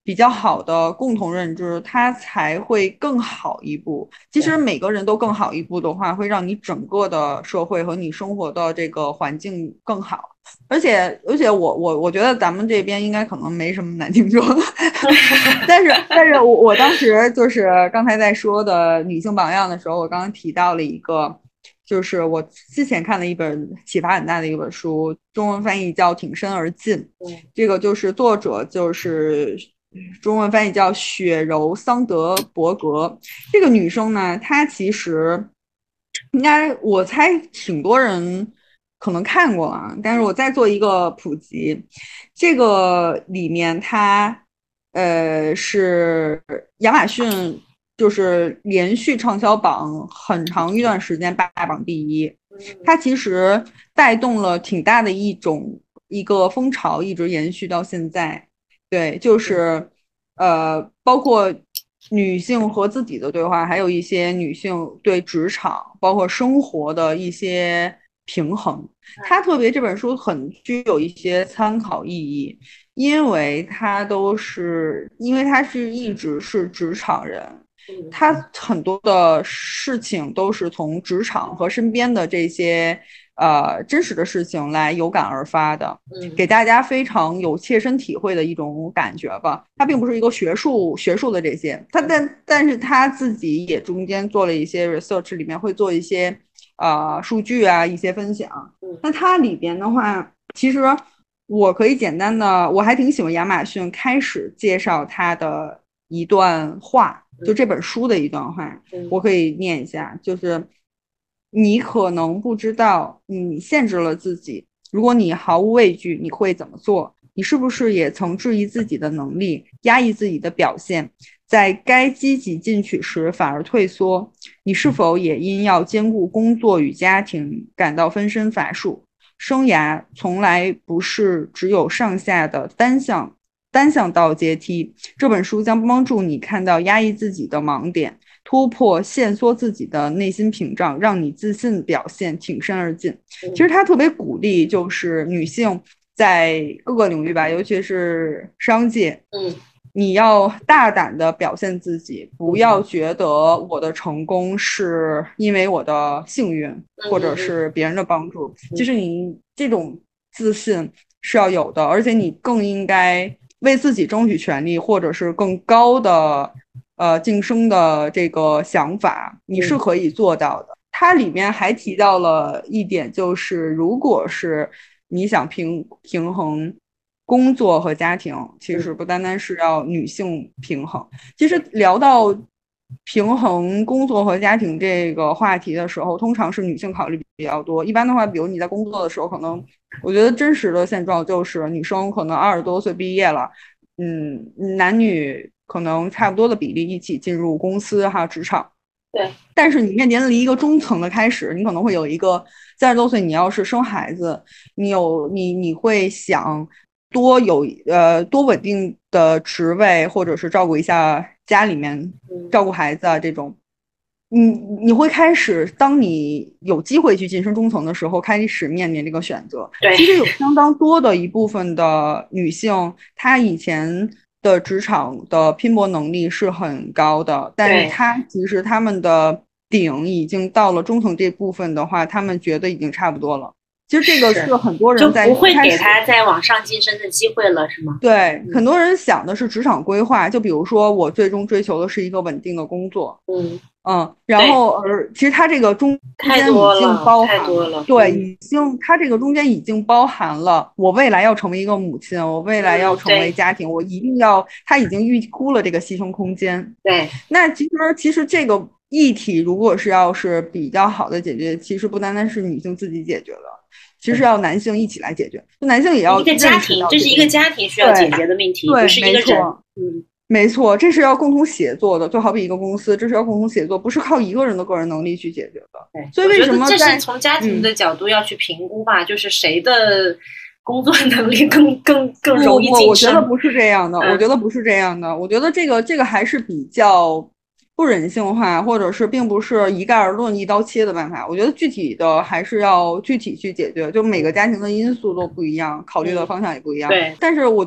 B: 比较好的共同认知，它才会更好一步。其实每个人都更好一步的话，会让你整个的社会和你生活的这个环境更好。而且，而且我我我觉得咱们这边应该可能没什么男听众，但是但是我我当时就是刚才在说的女性榜样的时候，我刚刚提到了一个。就是我之前看了一本启发很大的一本书，中文翻译叫《挺身而进》。这个就是作者就是中文翻译叫雪柔桑德伯格。这个女生呢，她其实应该我猜挺多人可能看过了，但是我再做一个普及。这个里面她呃是亚马逊。就是连续畅销榜很长一段时间霸榜第一，它其实带动了挺大的一种一个风潮，一直延续到现在。对，就是呃，包括女性和自己的对话，还有一些女性对职场包括生活的一些平衡。它特别这本书很具有一些参考意义，因为它都是因为它是一直是职场人。他很多的事情都是从职场和身边的这些呃真实的事情来有感而发的，给大家非常有切身体会的一种感觉吧。他并不是一个学术学术的这些，他但但是他自己也中间做了一些 research， 里面会做一些呃数据啊一些分享。那它里边的话，其实我可以简单的，我还挺喜欢亚马逊开始介绍他的一段话。就这本书的一段话，我可以念一下，就是你可能不知道你限制了自己，如果你毫无畏惧，你会怎么做？你是不是也曾质疑自己的能力，压抑自己的表现，在该积极进取时反而退缩？你是否也因要兼顾工作与家庭感到分身乏术？生涯从来不是只有上下的单向单向道阶梯，这本书将帮助你看到压抑自己的盲点，突破限缩自己的内心屏障，让你自信表现挺身而进。其实他特别鼓励就是女性在各个领域吧，尤其是商界，
A: 嗯，
B: 你要大胆的表现自己，不要觉得我的成功是因为我的幸运或者是别人的帮助，其实你这种自信是要有的，而且你更应该为自己争取权利，或者是更高的呃晋升的这个想法，你是可以做到的。它里面还提到了一点，就是如果是你想平平衡工作和家庭，其实不单单是要女性平衡。其实聊到平衡工作和家庭这个话题的时候，通常是女性考虑比较多。一般的话，比如你在工作的时候，可能我觉得真实的现状就是女生可能二十多岁毕业了，嗯，男女可能差不多的比例一起进入公司哈职场。
A: 对，
B: 但是你面临了一个中层的开始，你可能会有一个三十多岁，你要是生孩子，你有你你会想多有呃多稳定的职位，或者是照顾一下家里面照顾孩子啊这种，你你会开始，当你有机会去晋升中层的时候，开始面临这个选择。其实有相当多的一部分的女性，她以前的职场的拼搏能力是很高的，但是她其实他们的顶已经到了中层这部分的话，他们觉得已经差不多了。其实这个是很多人在
A: 就不会给他再往上晋升的机会了，是吗？
B: 对，嗯、很多人想的是职场规划，就比如说我最终追求的是一个稳定的工作，
A: 嗯
B: 嗯，然后而其实它这个中间已经包含
A: 了，
B: 了对，已经它这个中间已经包含了我未来要成为一个母亲，我未来要成为家庭，嗯、我一定要，它已经预估了这个牺牲空间。
A: 对，
B: 那其实其实这个议题如果是要是比较好的解决，其实不单单是女性自己解决的。其实要男性一起来解决，男性也要
A: 一个家庭，这是一个家庭需要解决的命题，不是一个人。嗯，
B: 没错，这是要共同协作的，就好比一个公司，这是要共同协作，不是靠一个人的个人能力去解决的。
A: 对，
B: 所以为什么
A: 这是从家庭的角度要去评估吧？嗯、就是谁的工作能力更更更容易晋升？
B: 我觉得不是这样的，嗯、我觉得不是这样的，我觉得这个这个还是比较不人性化，或者是并不是一概而论、一刀切的办法。我觉得具体的还是要具体去解决，就每个家庭的因素都不一样，考虑的方向也不一样。
A: 对，
B: 但是我觉得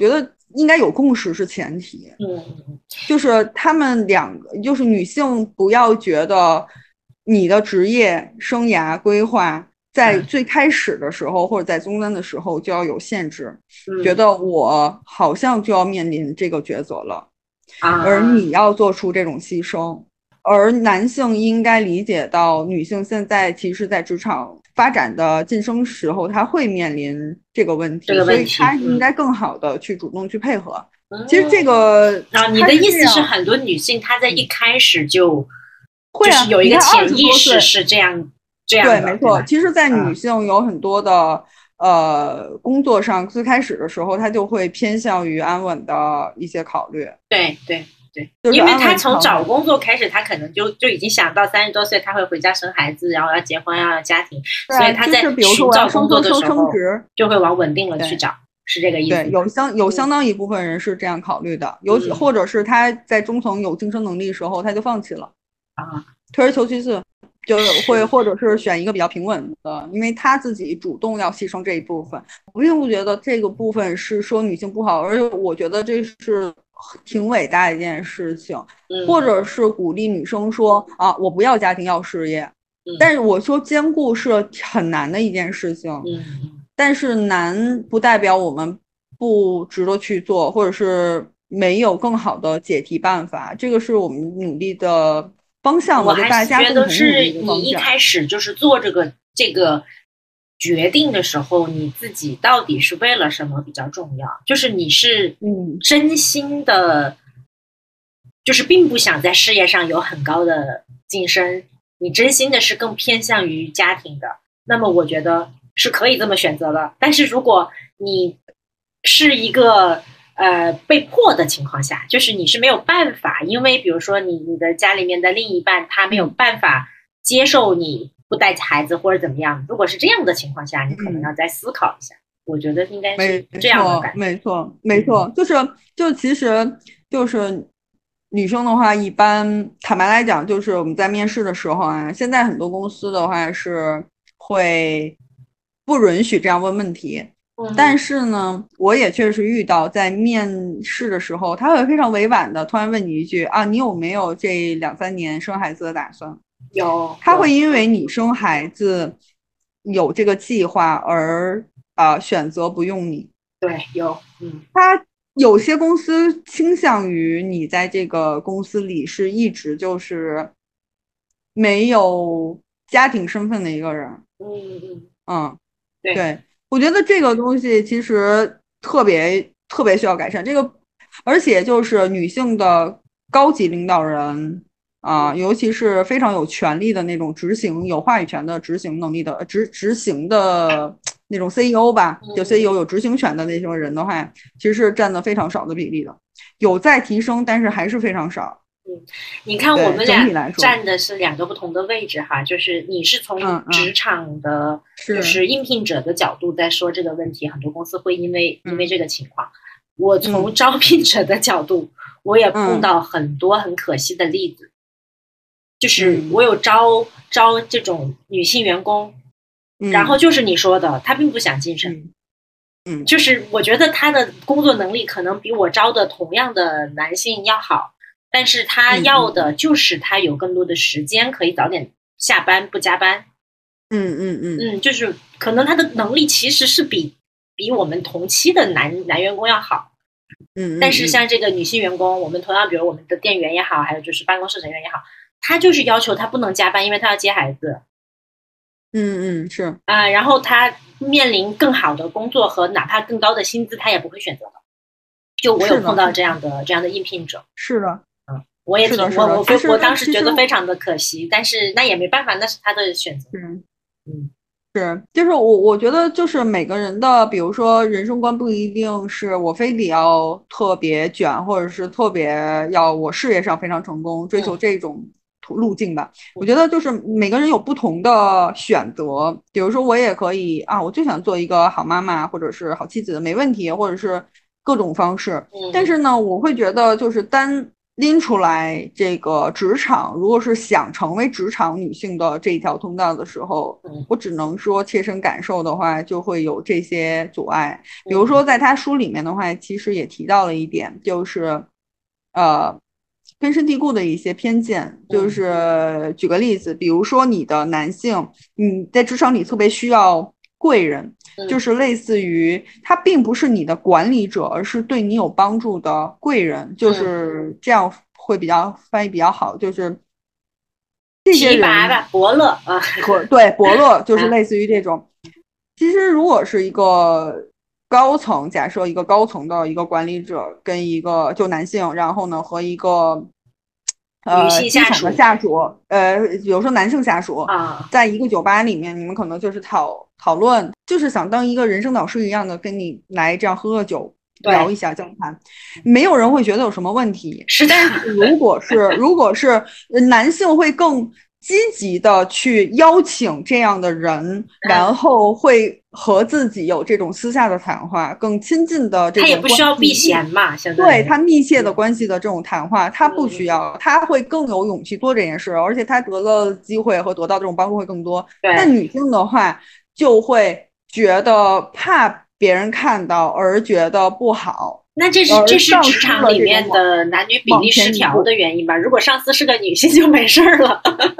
B: 应该有共识是前提。
A: 嗯，
B: 就是他们两个，就是女性不要觉得你的职业生涯规划在最开始的时候或者在中间的时候就要有限制，
A: 嗯
B: 觉得我好像就要面临这个抉择了，
A: 啊，
B: 而你要做出这种牺牲。而男性应该理解到，女性现在其实在职场发展的晋升时候，她会面临这个问题，
A: 这个问题
B: 所以她应该更好的去主动去配合。嗯、其实这个
A: 啊，你的意思是很多女性她在一开始就
B: 会啊，
A: 就是有一个潜意识是这样这样的，
B: 对，没错。其实，在女性有很多的、嗯、呃工作上，最开始的时候，她就会偏向于安稳的一些考虑。
A: 对对。对，
B: 就是
A: 因为他从找工作开始，他可能就就已经想到三十多岁他会回家生孩子，然后要结婚，要家庭，
B: 啊、
A: 所以他在寻找工作的时候就会往稳定了去找，是这个意思。
B: 对，有相有相当一部分人是这样考虑的，尤其、嗯、或者是他在中层有晋升能力的时候，他就放弃了
A: 啊，
B: 退而求其次，就会或者是选一个比较平稳的，因为他自己主动要牺牲这一部分。我并不觉得这个部分是说女性不好，而且我觉得这是挺伟大的一件事情，
A: 嗯、
B: 或者是鼓励女生说啊，我不要家庭要事业，
A: 嗯、
B: 但是我说兼顾是很难的一件事情，
A: 嗯、
B: 但是难不代表我们不值得去做，或者是没有更好的解题办法，这个是我们努力的方向。
A: 我还是觉得是你一开始就是做这个这个决定的时候，你自己到底是为了什么比较重要？就是你是真心的，嗯、就是并不想在事业上有很高的晋升，你真心的是更偏向于家庭的，那么我觉得是可以这么选择的。但是如果你是一个呃被迫的情况下，就是你是没有办法，因为比如说你你的家里面的另一半他没有办法接受你不带孩子或者怎么样，如果是这样的情况下，你可能要再思考一下。嗯、我觉得应该是这样的感觉。
B: 没错，没错，就是就其实就是女生的话，一般坦白来讲，就是我们在面试的时候啊，现在很多公司的话是会不允许这样问问题。
A: 嗯、
B: 但是呢，我也确实遇到在面试的时候，他会非常委婉的突然问你一句啊，你有没有这两三年生孩子的打算？
A: 有，
B: 他会因为你生孩子有这个计划而啊、呃、选择不用你。
A: 对，有，嗯，
B: 他有些公司倾向于你在这个公司里是一直就是没有家庭身份的一个人。
A: 嗯嗯
B: 嗯，
A: 对。
B: 对，我觉得这个东西其实特别特别需要改善。这个，而且就是女性的高级领导人。啊，尤其是非常有权力的那种执行、有话语权的执行能力的执执行的那种 C E O 吧，就 C E O 有执行权的那种人的话，其实是占的非常少的比例的，有在提升，但是还是非常少。
A: 嗯，你看我们俩站的是两个不同的位置哈，就是你是从职场的，
B: 嗯嗯、
A: 就是应聘者的角度在说这个问题，很多公司会因为、嗯、因为这个情况。我从招聘者的角度，嗯、我也碰到很多很可惜的例子。就是我有招、嗯、招这种女性员工、嗯，然后就是你说的，她并不想晋升，
B: 嗯，
A: 就是我觉得她的工作能力可能比我招的同样的男性要好，但是她要的就是她有更多的时间可以早点下班不加班，
B: 嗯嗯嗯
A: 嗯，就是可能她的能力其实是比比我们同期的男男员工要好。
B: 嗯，
A: 但是像这个女性员工，我们同样比如我们的店员也好，还有就是办公室人员也好，他就是要求他不能加班，因为他要接孩子。
B: 嗯嗯，是
A: 啊、呃，然后他面临更好的工作和哪怕更高的薪资，他也不会选择的。就我有碰到这样的这样的应聘者。
B: 是的，
A: 嗯，我也挺我我我我当时觉得非常的可惜，但是那也没办法，那是他的选择。
B: 嗯
A: 嗯。
B: 是，就是我我觉得就是每个人的，比如说人生观不一定是我非得要特别卷，或者是特别要我事业上非常成功，追求这种路径吧。我觉得就是每个人有不同的选择，比如说我也可以啊，我就想做一个好妈妈或者是好妻子，没问题，或者是各种方式。但是呢，我会觉得就是单拎出来这个职场，如果是想成为职场女性的这一条通道的时候，我只能说切身感受的话，就会有这些阻碍。比如说，在他书里面的话，其实也提到了一点，就是呃根深蒂固的一些偏见。就是举个例子，比如说你的男性，你在职场里特别需要贵人，就是类似于他并不是你的管理者，而是对你有帮助的贵人，就是这样会比较翻译比较好，就是这些人
A: 伯乐啊，
B: 对，伯乐就是类似于这种。其实如果是一个高层，假设一个高层的一个管理者跟一个就男性，然后呢和一个呃，基层的下属，呃，比如说男性下属，
A: 啊，
B: 在一个酒吧里面，你们可能就是讨讨论，就是想当一个人生导师一样的跟你来这样喝个酒，聊一下交谈，没有人会觉得有什么问题。
A: 是，
B: 但是如果是如果是男性会更积极的去邀请这样的人，然后会和自己有这种私下的谈话，更亲近的这种，
A: 他也不需要避嫌嘛，相
B: 对他密切的关系的这种谈话，他不需要，他会更有勇气做这件事，而且他得了机会和得到这种帮助会更多。但女性的话就会觉得怕别人看到而觉得不好。
A: 那这是这是职场里面的男女比例失调的原因吧？如果上司是个女性就没事了。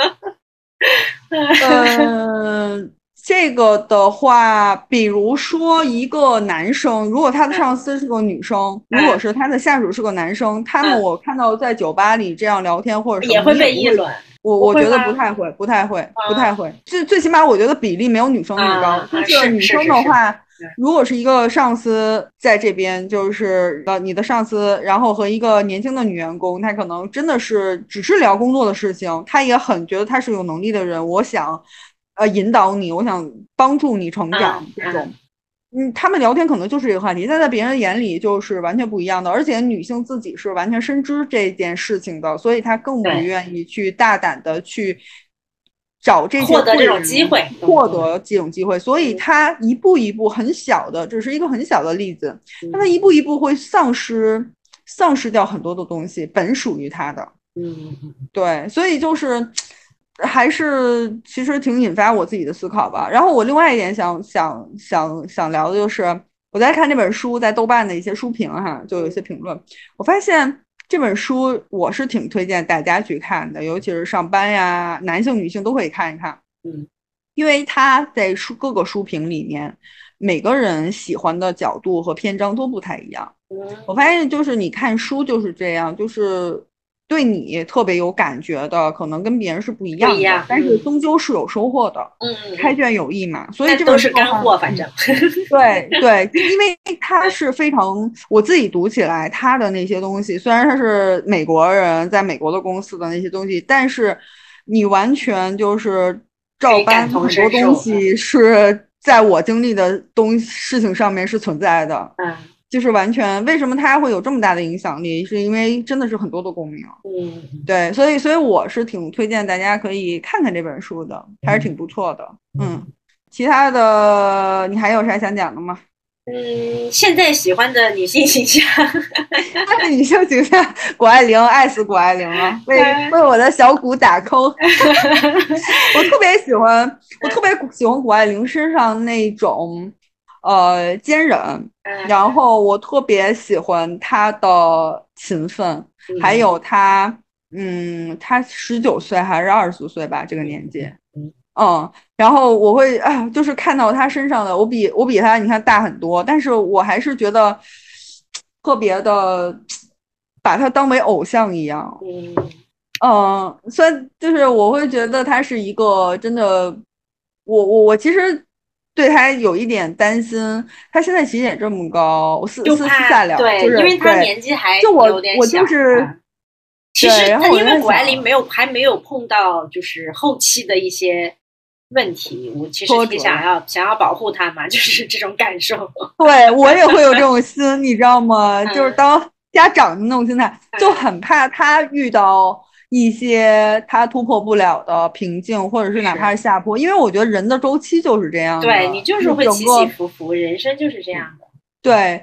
B: 嗯，这个的话，比如说一个男生，如果他的上司是个女生，
A: 嗯、
B: 如果是他的下属是个男生，嗯、他们我看到在酒吧里这样聊天或者
A: 也会被议论。
B: 我我觉得不太会，不太会，不太会。最最起码我觉得比例没有女生那么高。
A: 啊、
B: 就是女生的话，如果是一个上司在这边，就是呃你的上司，然后和一个年轻的女员工，她可能真的是只是聊工作的事情，她也很觉得她是有能力的人，我想呃引导你，我想帮助你成长、
A: 嗯、
B: 这种。嗯，他们聊天可能就是这个话题，但在别人眼里就是完全不一样的。而且女性自己是完全深知这件事情的，所以她更不愿意去大胆的去找这些
A: 获得这种机会，
B: 获得这种机会。所以她一步一步很小的，只是一个很小的例子，但她一步一步会丧失丧失掉很多的东西，本属于她的。
A: 嗯，
B: 对，所以就是。还是其实挺引发我自己的思考吧。然后我另外一点想想想想聊的就是我在看这本书，在豆瓣的一些书评哈，就有一些评论，我发现这本书我是挺推荐大家去看的，尤其是上班呀，男性女性都可以看一看。
A: 嗯，
B: 因为他在书各个书评里面，每个人喜欢的角度和篇章都不太一样。我发现就是你看书就是这样，就是对你特别有感觉的，可能跟别人是不一样的，
A: 样
B: 但是终究是有收获的。
A: 嗯，
B: 开卷有益嘛，所以这本
A: 书都是干货，反正
B: 对对，因为它是非常我自己读起来，它的那些东西，虽然它是美国人在美国的公司的那些东西，但是你完全就是照搬很多东西是在我经历的东事情上面是存在的。
A: 嗯。
B: 就是完全，为什么它会有这么大的影响力？是因为真的是很多的共鸣。
A: 嗯，
B: 对，所以所以我是挺推荐大家可以看看这本书的，还是挺不错的。嗯，其他的你还有啥想讲的吗？
A: 嗯，现在喜欢的女性形象，
B: 女性形象，谷爱凌，爱死谷爱凌了，为为我的小谷打 call。我特别喜欢，我特别喜欢谷爱凌身上那种。呃，坚韧，然后我特别喜欢他的勤奋，
A: 嗯、
B: 还有他，嗯，他十九岁还是二十多岁吧，这个年纪，
A: 嗯，
B: 嗯，然后我会啊，就是看到他身上的，我比我比他你看大很多，但是我还是觉得特别的把他当为偶像一样，
A: 嗯，
B: 嗯，虽然就是我会觉得他是一个真的，我我我其实。对他有一点担心，他现在起点这么高，我私私下聊，
A: 对，
B: 就是
A: 因为他年纪还
B: 就我
A: 有点小，
B: 我就是，
A: 嗯、其实
B: 他
A: 因为谷爱凌没有还没有碰到就是后期的一些问题，我其实挺想要想要保护他嘛，就是这种感受。
B: 对我也会有这种心，你知道吗？嗯、就是当家长的那种心态，就很怕他遇到。一些他突破不了的瓶颈，或者是哪怕是下坡，因为我觉得人的周期就是这样的。
A: 对，你就是会起起伏伏，人生就是这样的。
B: 对，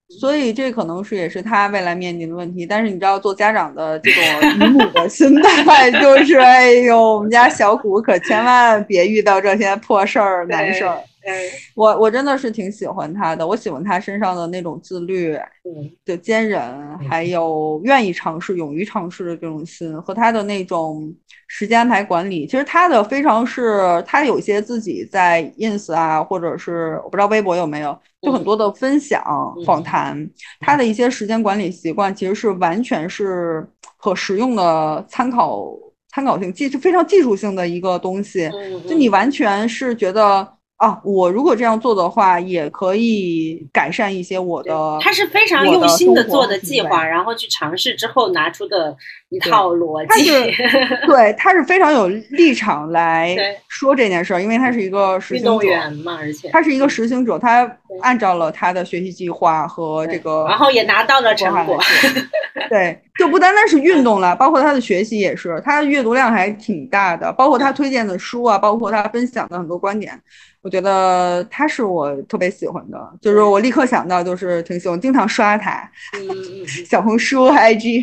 B: 所以这可能是也是他未来面临的问题。但是你知道，做家长的这种姨母的心态就是，哎呦，我们家小谷可千万别遇到这些破事儿、难事儿。我我真的是挺喜欢他的，我喜欢他身上的那种自律的坚韧，还有愿意尝试、勇于尝试的这种心，和他的那种时间安排管理。其实他的非常是，他有些自己在 ins 啊，或者是我不知道微博有没有，就很多的分享访谈，他的一些时间管理习惯其实是完全是可实用的参考参考性，技是非常技术性的一个东西。就你完全是觉得。啊，我如果这样做的话，也可以改善一些我的。
A: 他是非常用心的做的计划，然后去尝试之后拿出的一套逻辑。
B: 对，他是非常有立场来说这件事儿，因为他是一个实行者
A: 运动员嘛，而且
B: 他是一个实行者，他按照了他的学习计划和这个，
A: 然后也拿到了成果。
B: 对，就不单单是运动了，包括他的学习也是，他的阅读量还挺大的，包括他推荐的书啊，包括他分享的很多观点。我觉得他是我特别喜欢的，就是我立刻想到就是挺喜欢，经常刷他，嗯、小红书、I G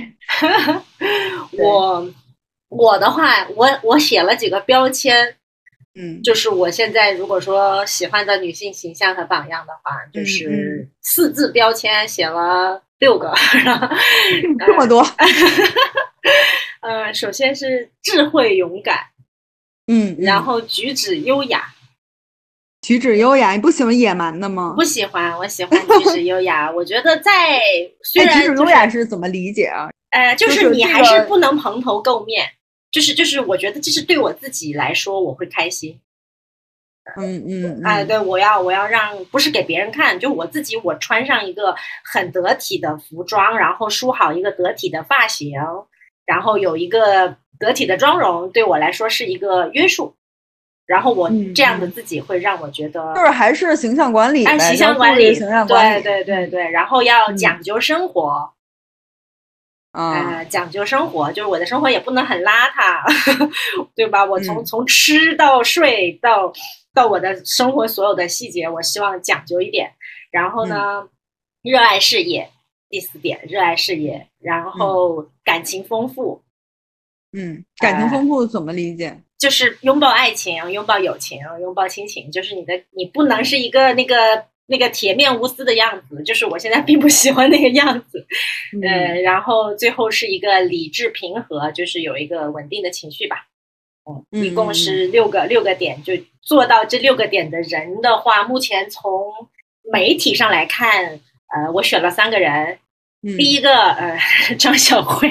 A: 我我的话，我我写了几个标签，
B: 嗯，
A: 就是我现在如果说喜欢的女性形象和榜样的话，就是四字标签写了六个，
B: 这么多。
A: 呃，首先是智慧勇敢，
B: 嗯，
A: 然后举止优雅。
B: 举止优雅，你不喜欢野蛮的吗？
A: 不喜欢，我喜欢举止优雅。我觉得在虽然、就是、
B: 举止优雅是怎么理解啊？
A: 呃，就是你还是不能蓬头垢面，就是就是我觉得这是对我自己来说我会开心。
B: 嗯嗯，
A: 哎、呃，对，我要我要让不是给别人看，就我自己，我穿上一个很得体的服装，然后梳好一个得体的发型，然后有一个得体的妆容，对我来说是一个约束。然后我这样的自己会让我觉得，
B: 嗯、就是还是形象管理，
A: 按形象管理，
B: 形象管
A: 理，对对对对，然后要讲究生活，
B: 啊、
A: 嗯呃，讲究生活，就是我的生活也不能很邋遢，对吧？我从、嗯、从吃到睡到到我的生活所有的细节，我希望讲究一点。然后呢，嗯、热爱事业，第四点，热爱事业，然后感情丰富。
B: 嗯，感情丰富怎么理解？呃
A: 就是拥抱爱情，拥抱友情，拥抱亲情，就是你的，你不能是一个那个那个铁面无私的样子，就是我现在并不喜欢那个样子，嗯、呃，然后最后是一个理智平和，就是有一个稳定的情绪吧，嗯，一共是六个、嗯、六个点，就做到这六个点的人的话，目前从媒体上来看，呃，我选了三个人，
B: 嗯、
A: 第一个呃张小慧，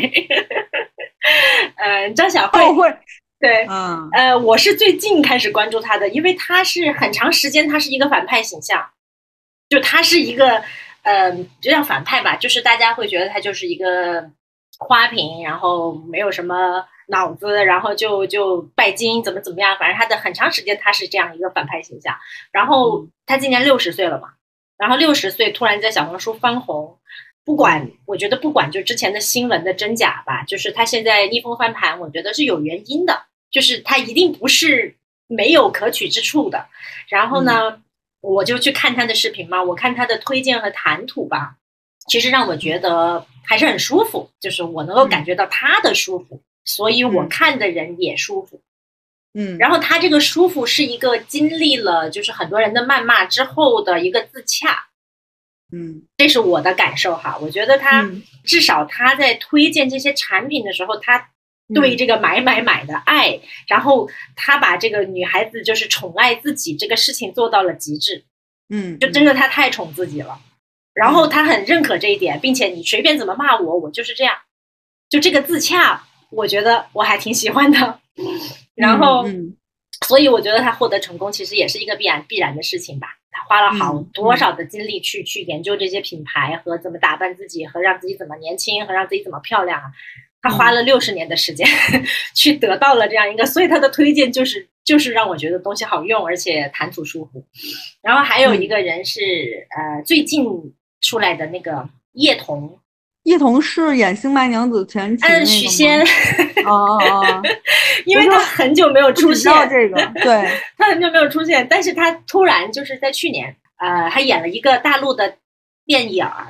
A: 呃张小慧。对，
B: 嗯，
A: 呃，我是最近开始关注他的，因为他是很长时间他是一个反派形象，就他是一个，呃，就像反派吧，就是大家会觉得他就是一个花瓶，然后没有什么脑子，然后就就拜金怎么怎么样，反正他的很长时间他是这样一个反派形象。然后他今年六十岁了嘛，然后六十岁突然在小红书翻红。不管，我觉得不管就之前的新闻的真假吧，就是他现在逆风翻盘，我觉得是有原因的，就是他一定不是没有可取之处的。然后呢，嗯、我就去看他的视频嘛，我看他的推荐和谈吐吧，其实让我觉得还是很舒服，就是我能够感觉到他的舒服，嗯、所以我看的人也舒服。
B: 嗯，
A: 然后他这个舒服是一个经历了就是很多人的谩骂之后的一个自洽。
B: 嗯，
A: 这是我的感受哈，我觉得他、嗯、至少他在推荐这些产品的时候，他对这个买买买的爱、嗯，然后他把这个女孩子就是宠爱自己这个事情做到了极致，
B: 嗯，
A: 就真的他太宠自己了，嗯、然后他很认可这一点，并且你随便怎么骂我，我就是这样，就这个自洽，我觉得我还挺喜欢的，然后。
B: 嗯嗯
A: 所以我觉得他获得成功其实也是一个必然必然的事情吧。他花了好多少的精力去、嗯、去研究这些品牌和怎么打扮自己，和让自己怎么年轻，和让自己怎么漂亮啊。他花了六十年的时间、嗯、去得到了这样一个，所以他的推荐就是就是让我觉得东西好用，而且谈吐舒服。然后还有一个人是、嗯、呃最近出来的那个叶童。
B: 叶童是演《新白娘子传奇》那个吗？
A: 嗯，许仙。
B: 哦哦哦，
A: 因为他很久没有出现，
B: 这个对，
A: 他很久没有出现，但是他突然就是在去年，呃，还演了一个大陆的电影，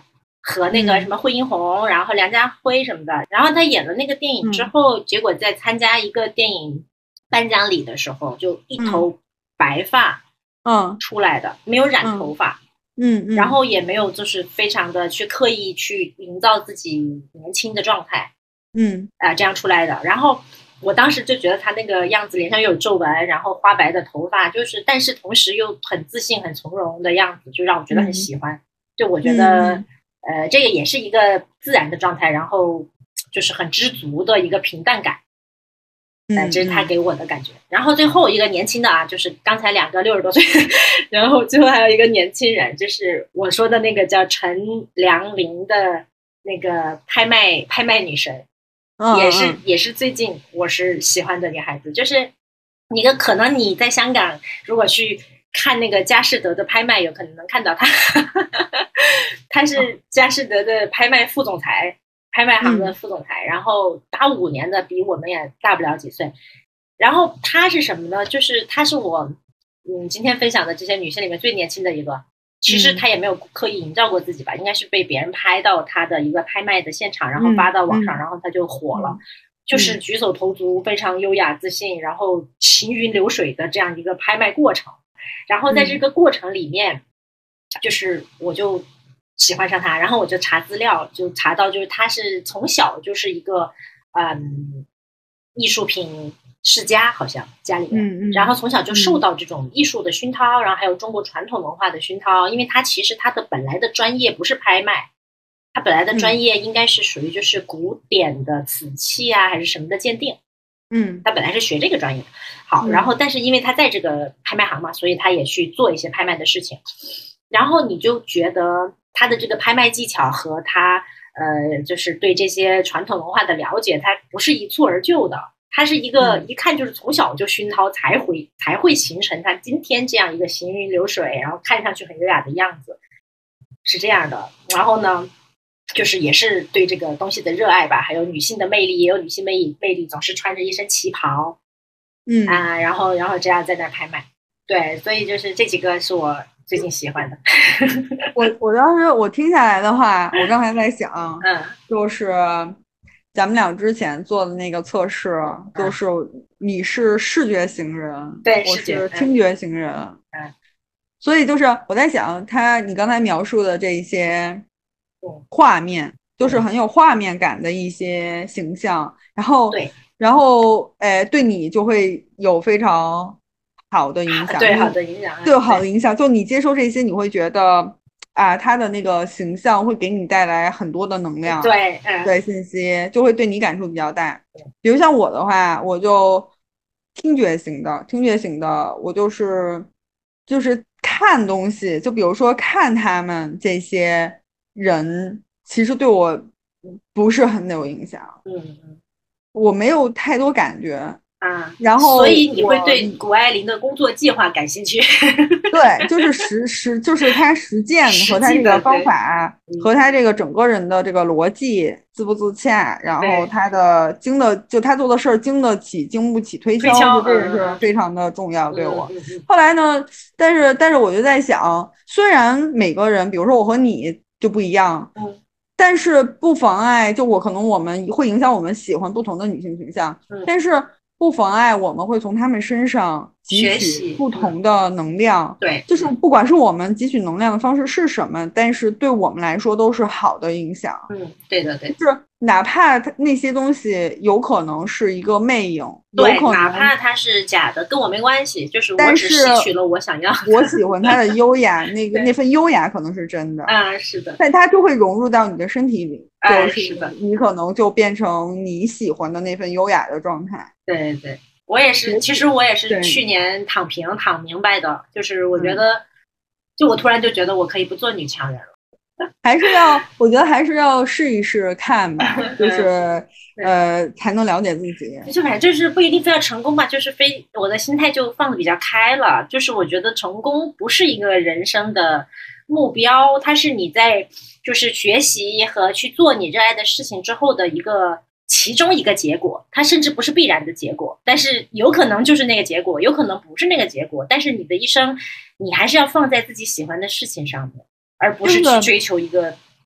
A: 和那个什么惠英红，然后梁家辉什么的。然后他演了那个电影之后，结果在参加一个电影颁奖礼的时候，就一头白发，
B: 嗯，
A: 出来的，没有染头发，
B: 嗯嗯，
A: 然后也没有就是非常的去刻意去营造自己年轻的状态，
B: 嗯
A: 啊、呃，这样出来的。然后我当时就觉得他那个样子，脸上又有皱纹，然后花白的头发，就是但是同时又很自信、很从容的样子，就让我觉得很喜欢。嗯、就我觉得，
B: 嗯、
A: 呃，这个也是一个自然的状态，然后就是很知足的一个平淡感。呃，这是他给我的感觉。嗯、然后最后一个年轻的啊，就是刚才两个六十多岁，然后最后还有一个年轻人，就是我说的那个叫陈良霖的那个拍卖拍卖女神。也是也是最近我是喜欢的女孩子，就是你的可能你在香港如果去看那个佳士得的拍卖，有可能能看到她，她是佳士得的拍卖副总裁，拍卖行的副总裁，嗯、然后打五年的，比我们也大不了几岁。然后她是什么呢？就是她是我嗯今天分享的这些女性里面最年轻的一个。其实他也没有刻意营造过自己吧，嗯、应该是被别人拍到他的一个拍卖的现场，然后发到网上，嗯、然后他就火了，嗯、就是举手投足非常优雅自信，然后行云流水的这样一个拍卖过程。然后在这个过程里面，嗯、就是我就喜欢上他，然后我就查资料，就查到就是他是从小就是一个嗯艺术品世家，好像家里面，嗯嗯、然后从小就受到这种艺术的熏陶，嗯、然后还有中国传统文化的熏陶。因为他其实他的本来的专业不是拍卖，他本来的专业应该是属于就是古典的瓷器啊，还是什么的鉴定。嗯，他本来是学这个专业的。好，然后但是因为他在这个拍卖行嘛，所以他也去做一些拍卖的事情。然后你就觉得他的这个拍卖技巧和他呃，就是对这些传统文化的了解，他不是一蹴而就的。他是一个一看就是从小就熏陶才会才会形成他今天这样一个行云流水，然后看上去很优雅的样子，是这样的。然后呢，就是也是对这个东西的热爱吧，还有女性的魅力，也有女性魅力魅力，总是穿着一身旗袍，嗯啊，然后然后这样在那拍卖。对，所以就是这几个是我最近喜欢的。
B: 我我当时我听下来的话，我刚才在想，嗯，就是咱们俩之前做的那个测试，就是你是视觉型人，
A: 对，
B: 我是听觉型人，嗯，所以就是我在想，他你刚才描述的这些画面，就是很有画面感的一些形象，然后
A: 对，
B: 然后哎，对你就会有非常好的影响，
A: 对，好的影响，
B: 对，好的影响，就你接收这些，你会觉得。啊，他的那个形象会给你带来很多的能量，
A: 对，嗯、
B: 对信息就会对你感触比较大。比如像我的话，我就听觉型的，听觉型的，我就是就是看东西，就比如说看他们这些人，其实对我不是很有影响，
A: 嗯嗯，
B: 我没有太多感觉。
A: 啊，
B: 然后
A: 所以你会对谷爱凌的工作计划感兴趣？
B: 对，就是实实，就是他实践和他这个方法和他这个整个人的这个逻辑自不自洽，然后他的经的就他做的事儿经得起经不起推
A: 敲，
B: 这个是非常的重要，对我。后来呢，但是但是我就在想，虽然每个人，比如说我和你就不一样，
A: 嗯，
B: 但是不妨碍，就我可能我们会影响我们喜欢不同的女性形象，
A: 嗯，
B: 但是。不妨碍我们会从他们身上汲取不同的能量，
A: 对，
B: 就是不管是我们汲取能量的方式是什么，但是对我们来说都是好的影响。
A: 嗯，对的，对的，
B: 就是哪怕那些东西有可能是一个魅影，
A: 对，
B: 有可能
A: 哪怕它是假的，跟我没关系，就是我只吸取了我想要。
B: 我喜欢它的优雅，那个那份优雅可能是真的
A: 啊，是的，
B: 但它就会融入到你的身体里，
A: 啊，
B: 就是
A: 的，
B: 你可能就变成你喜欢的那份优雅的状态。
A: 对对，我也是，其实我也是去年躺平躺明白的，就是我觉得，嗯、就我突然就觉得我可以不做女强人了，
B: 还是要，我觉得还是要试一试看吧，就是呃，才能了解自己。
A: 就反正就是不一定非要成功吧，就是非我的心态就放得比较开了，就是我觉得成功不是一个人生的目标，它是你在就是学习和去做你热爱的事情之后的一个。其中一个结果，它甚至不是必然的结果，但是有可能就是那个结果，有可能不是那个结果，但是你的一生，你还是要放在自己喜欢的事情上面，而不是去追求一个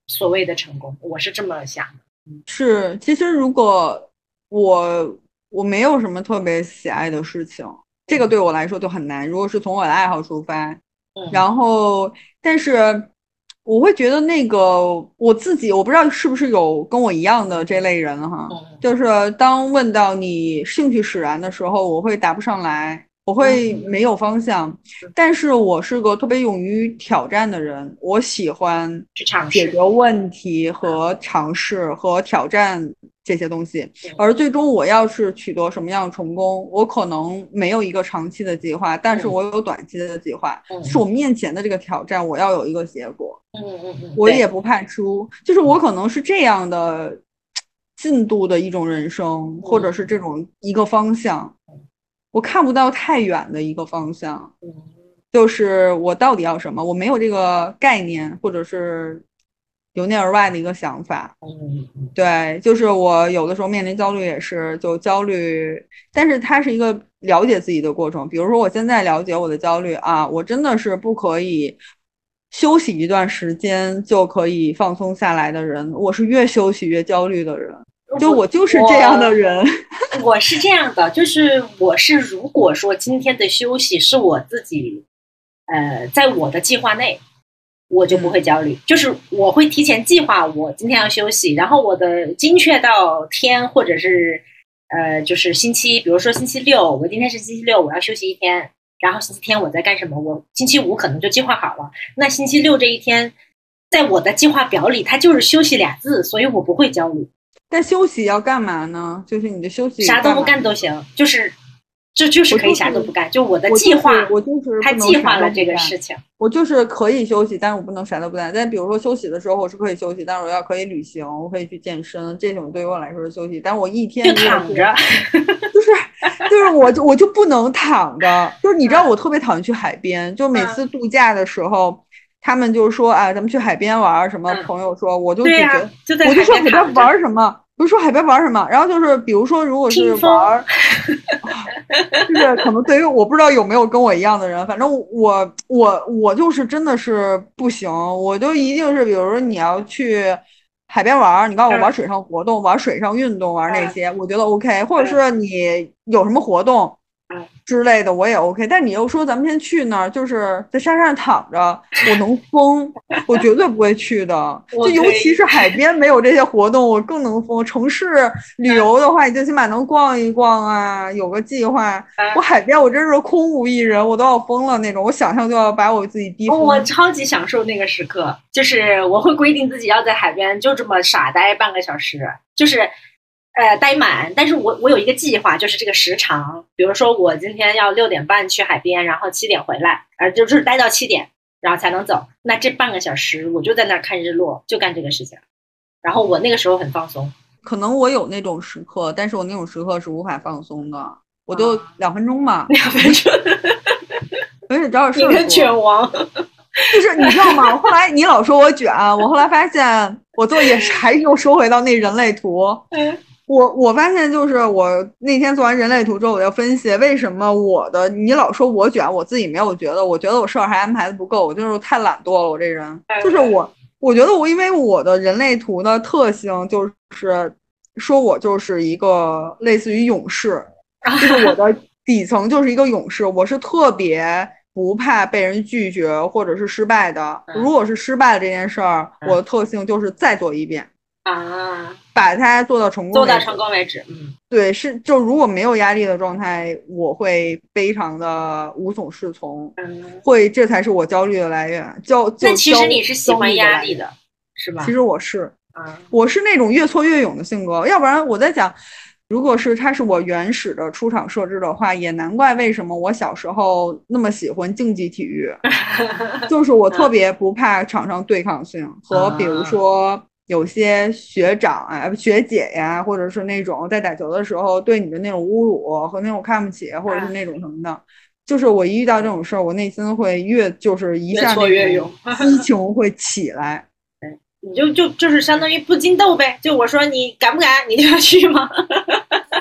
A: 所谓的成功，我是这么想的。
B: 是，其实如果我我没有什么特别喜爱的事情，这个对我来说就很难。如果是从我的爱好出发，
A: 嗯，
B: 然后但是我会觉得那个我自己，我不知道是不是有跟我一样的这类人哈，
A: 嗯，
B: 就是当问到你兴趣使然的时候，我会答不上来。我会没有方向，但是我是个特别勇于挑战的人，我喜欢
A: 去尝试
B: 解决问题和尝试和挑战这些东西。而最终我要是取得什么样的成功，我可能没有一个长期的计划，但是我有短期的计划，就是我面前的这个挑战，我要有一个结果。
A: 嗯嗯嗯，
B: 我也不怕输，就是我可能是这样的进度的一种人生，或者是这种一个方向。我看不到太远的一个方向，就是我到底要什么，我没有这个概念，或者是由内而外的一个想法。对，就是我有的时候面临焦虑也是，就焦虑，但是它是一个了解自己的过程。比如说我现在了解我的焦虑啊，我真的是不可以休息一段时间就可以放松下来的人，我是越休息越焦虑的人。就我就是这样的人。
A: 我, 我是这样的，就是我是如果说今天的休息是我自己呃在我的计划内，我就不会焦虑、嗯、就是我会提前计划我今天要休息，然后我的精确到天或者是呃就是星期，比如说星期六，我今天是星期六我要休息一天，然后星期天我在干什么，我星期五可能就计划好了，那星期六这一天在我的计划表里它就是休息俩字，所以我不会焦虑。
B: 但休息要干嘛呢？就是你的休息
A: 啥都不干都行，就是这就是可以啥都不干，就我的计划，
B: 我就是
A: 他计划了这个事情，
B: 我就是可以休息，但是我不能啥都不干。但比如说休息的时候，我是可以休息，但是我要可以旅行，我可以去健身，这种对于我来说是休息。但是我一天
A: 就躺着，
B: 就是就是我就我就不能躺着，就是你知道我特别讨厌去海边，就每次度假的时候。嗯他们就说啊，咱们去海边玩什么？
A: 嗯、
B: 朋友说，我就觉得，
A: 啊、就在
B: 我就说海边玩什么？不是说海边玩什么？然后就是比如说，如果是玩，就是可能对于我不知道有没有跟我一样的人，反正我我我就是真的是不行，我就一定是，比如说你要去海边玩，你告诉我玩水上活动、嗯、玩水上运动、玩那些，嗯、我觉得 OK， 或者是你有什么活动。之类的我也 OK， 但你又说咱们先去那儿，就是在沙滩上躺着，我能疯，我绝对不会去的。就尤其是海边没有这些活动，我更能疯。城市旅游的话，你最起码能逛一逛啊，有个计划。我海边我真是空无一人，我都要疯了那种，我想象就要把我自己逼疯。
A: 我超级享受那个时刻，就是我会规定自己要在海边就这么傻待半个小时，就是。呃，待满，但是我我有一个计划，就是这个时长，比如说我今天要六点半去海边，然后七点回来，呃，就是待到七点，然后才能走。那这半个小时我就在那儿看日落，就干这个事情。然后我那个时候很放松。
B: 可能我有那种时刻，但是我那种时刻是无法放松的。我就两分钟嘛，
A: 两分钟，
B: 而且找点事儿。
A: 你个卷王。
B: 就是你知道吗？后来你老说我卷，我后来发现我做也是还是又收回到那人类图。
A: 嗯。
B: 我我发现就是我那天做完人类图之后，我要分析为什么我的你老说我卷，我自己没有觉得，我觉得我事儿还安排的不够，我就是太懒惰了。我这人就是我，我觉得我因为我的人类图的特性就是说我就是一个类似于勇士，就是我的底层就是一个勇士，我是特别不怕被人拒绝或者是失败的。如果是失败了这件事儿，我的特性就是再做一遍。
A: 啊，
B: 把它做到成功，
A: 做到成功为止。嗯，
B: 对，是就如果没有压力的状态，我会非常的无所适从，
A: 嗯，
B: 会这才是我焦虑的来源。焦，
A: 那其实你是喜欢压力的，是吧？
B: 其实我是，
A: 啊，
B: 我是那种越挫越勇的性格。要不然我在讲，如果是它是我原始的出场设置的话，也难怪为什么我小时候那么喜欢竞技体育，就是我特别不怕场上对抗性和比如说。有些学长啊、学姐呀，或者是那种在打球的时候对你的那种侮辱和那种看不起，或者是那种什么的，就是我一遇到这种事儿，我内心会越就是一下那种激情会起来。
A: 你就就就是相当于不禁斗呗，就我说你敢不敢，你就要去吗？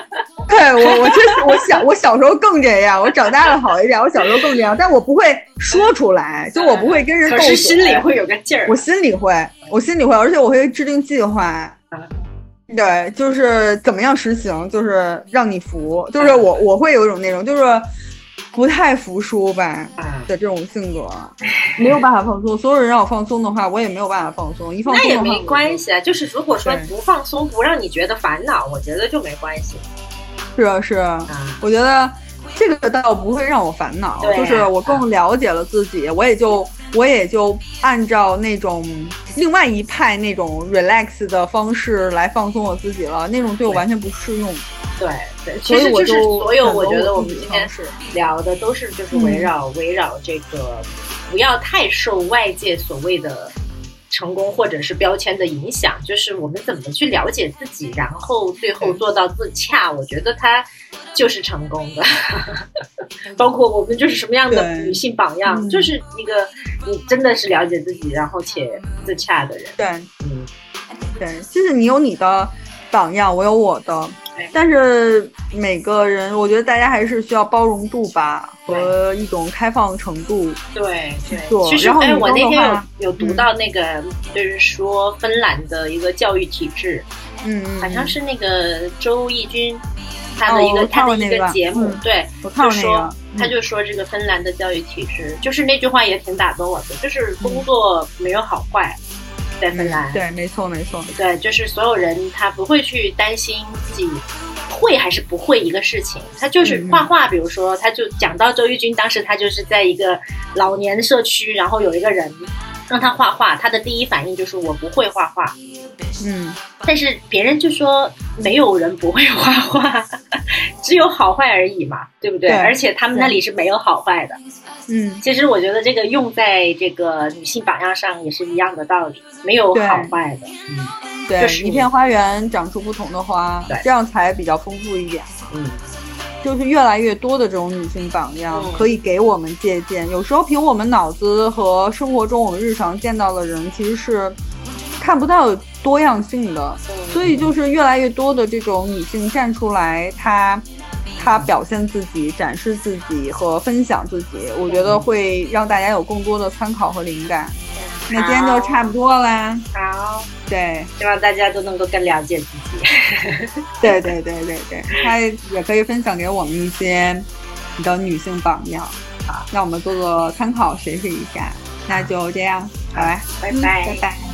B: 对我，我确实，我小我小时候更这样，我长大了好一点，我小时候更这样，但我不会说出来，就我不会跟人斗嘴，
A: 可是心里会有个劲儿。
B: 我心里会，我心里会，而且我会制定计划。对，就是怎么样实行，就是让你服，就是我我会有一种那种就是不太服输吧的这种性格，没有办法放松。所有人让我放松的话，我也没有办法放松。一放松
A: 那也没关系啊，就是如果说不放松，不让你觉得烦恼，我觉得就没关系。
B: 是啊，是啊，我觉得这个倒不会让我烦恼，
A: 啊、
B: 就是我更了解了自己，我也就我也就按照那种另外一派那种 relax 的方式来放松我自己了，那种对我完全不适用。
A: 对对，其实就是所有我觉得我们今天聊的都是就是围绕、嗯、围绕这个不要太受外界所谓的成功或者是标签的影响，就是我们怎么去了解自己，然后最后做到自洽，我觉得它就是成功的。包括我们就是什么样的女性榜样，就是一个你真的是了解自己然后且自洽的人。
B: 对，嗯，对，就是你有你的榜样，我有我的，但是每个人我觉得大家还是需要包容度吧和一种开放程度。
A: 对对，其实哎，我那天有有读到那个、嗯、就是说芬兰的一个教育体制，
B: 嗯，
A: 好像是那个周轶君他的一个、哦、他的一个节目、
B: 嗯、
A: 对，
B: 我看过那个、
A: 就说他就说这个芬兰的教育体制、嗯、就是那句话也挺打动我的，就是工作没有好坏、嗯、在芬兰、
B: 嗯、对，没错没错，
A: 对，就是所有人他不会去担心自己会还是不会一个事情，他就是画画、嗯、比如说他就讲到周轶君当时他就是在一个老年社区，然后有一个人让他画画，他的第一反应就是我不会画画，
B: 嗯，
A: 但是别人就说没有人不会画画，只有好坏而已嘛，对不对？
B: 对，
A: 而且他们那里是没有好坏的。
B: 嗯，
A: 其实我觉得这个用在这个女性榜样上也是一样的道理，没有好坏的。嗯，
B: 对，就是一片花园长出不同的花，
A: 对，
B: 这样才比较丰富一点。
A: 嗯，
B: 就是越来越多的这种女性榜样、嗯、可以给我们借鉴。有时候凭我们脑子和生活中我们日常见到的人其实是看不到多样性的、嗯、所以就是越来越多的这种女性站出来，她她表现自己，展示自己和分享自己，我觉得会让大家有更多的参考和灵感。那今天就差不多啦。
A: 好，
B: 对，
A: 希望大家都能够更了解自己。
B: 对对对对对，他也可以分享给我们一些你的女性榜样，好，让我们做做参考，学习一下。那就这样，拜拜，
A: 拜拜，
B: 拜拜。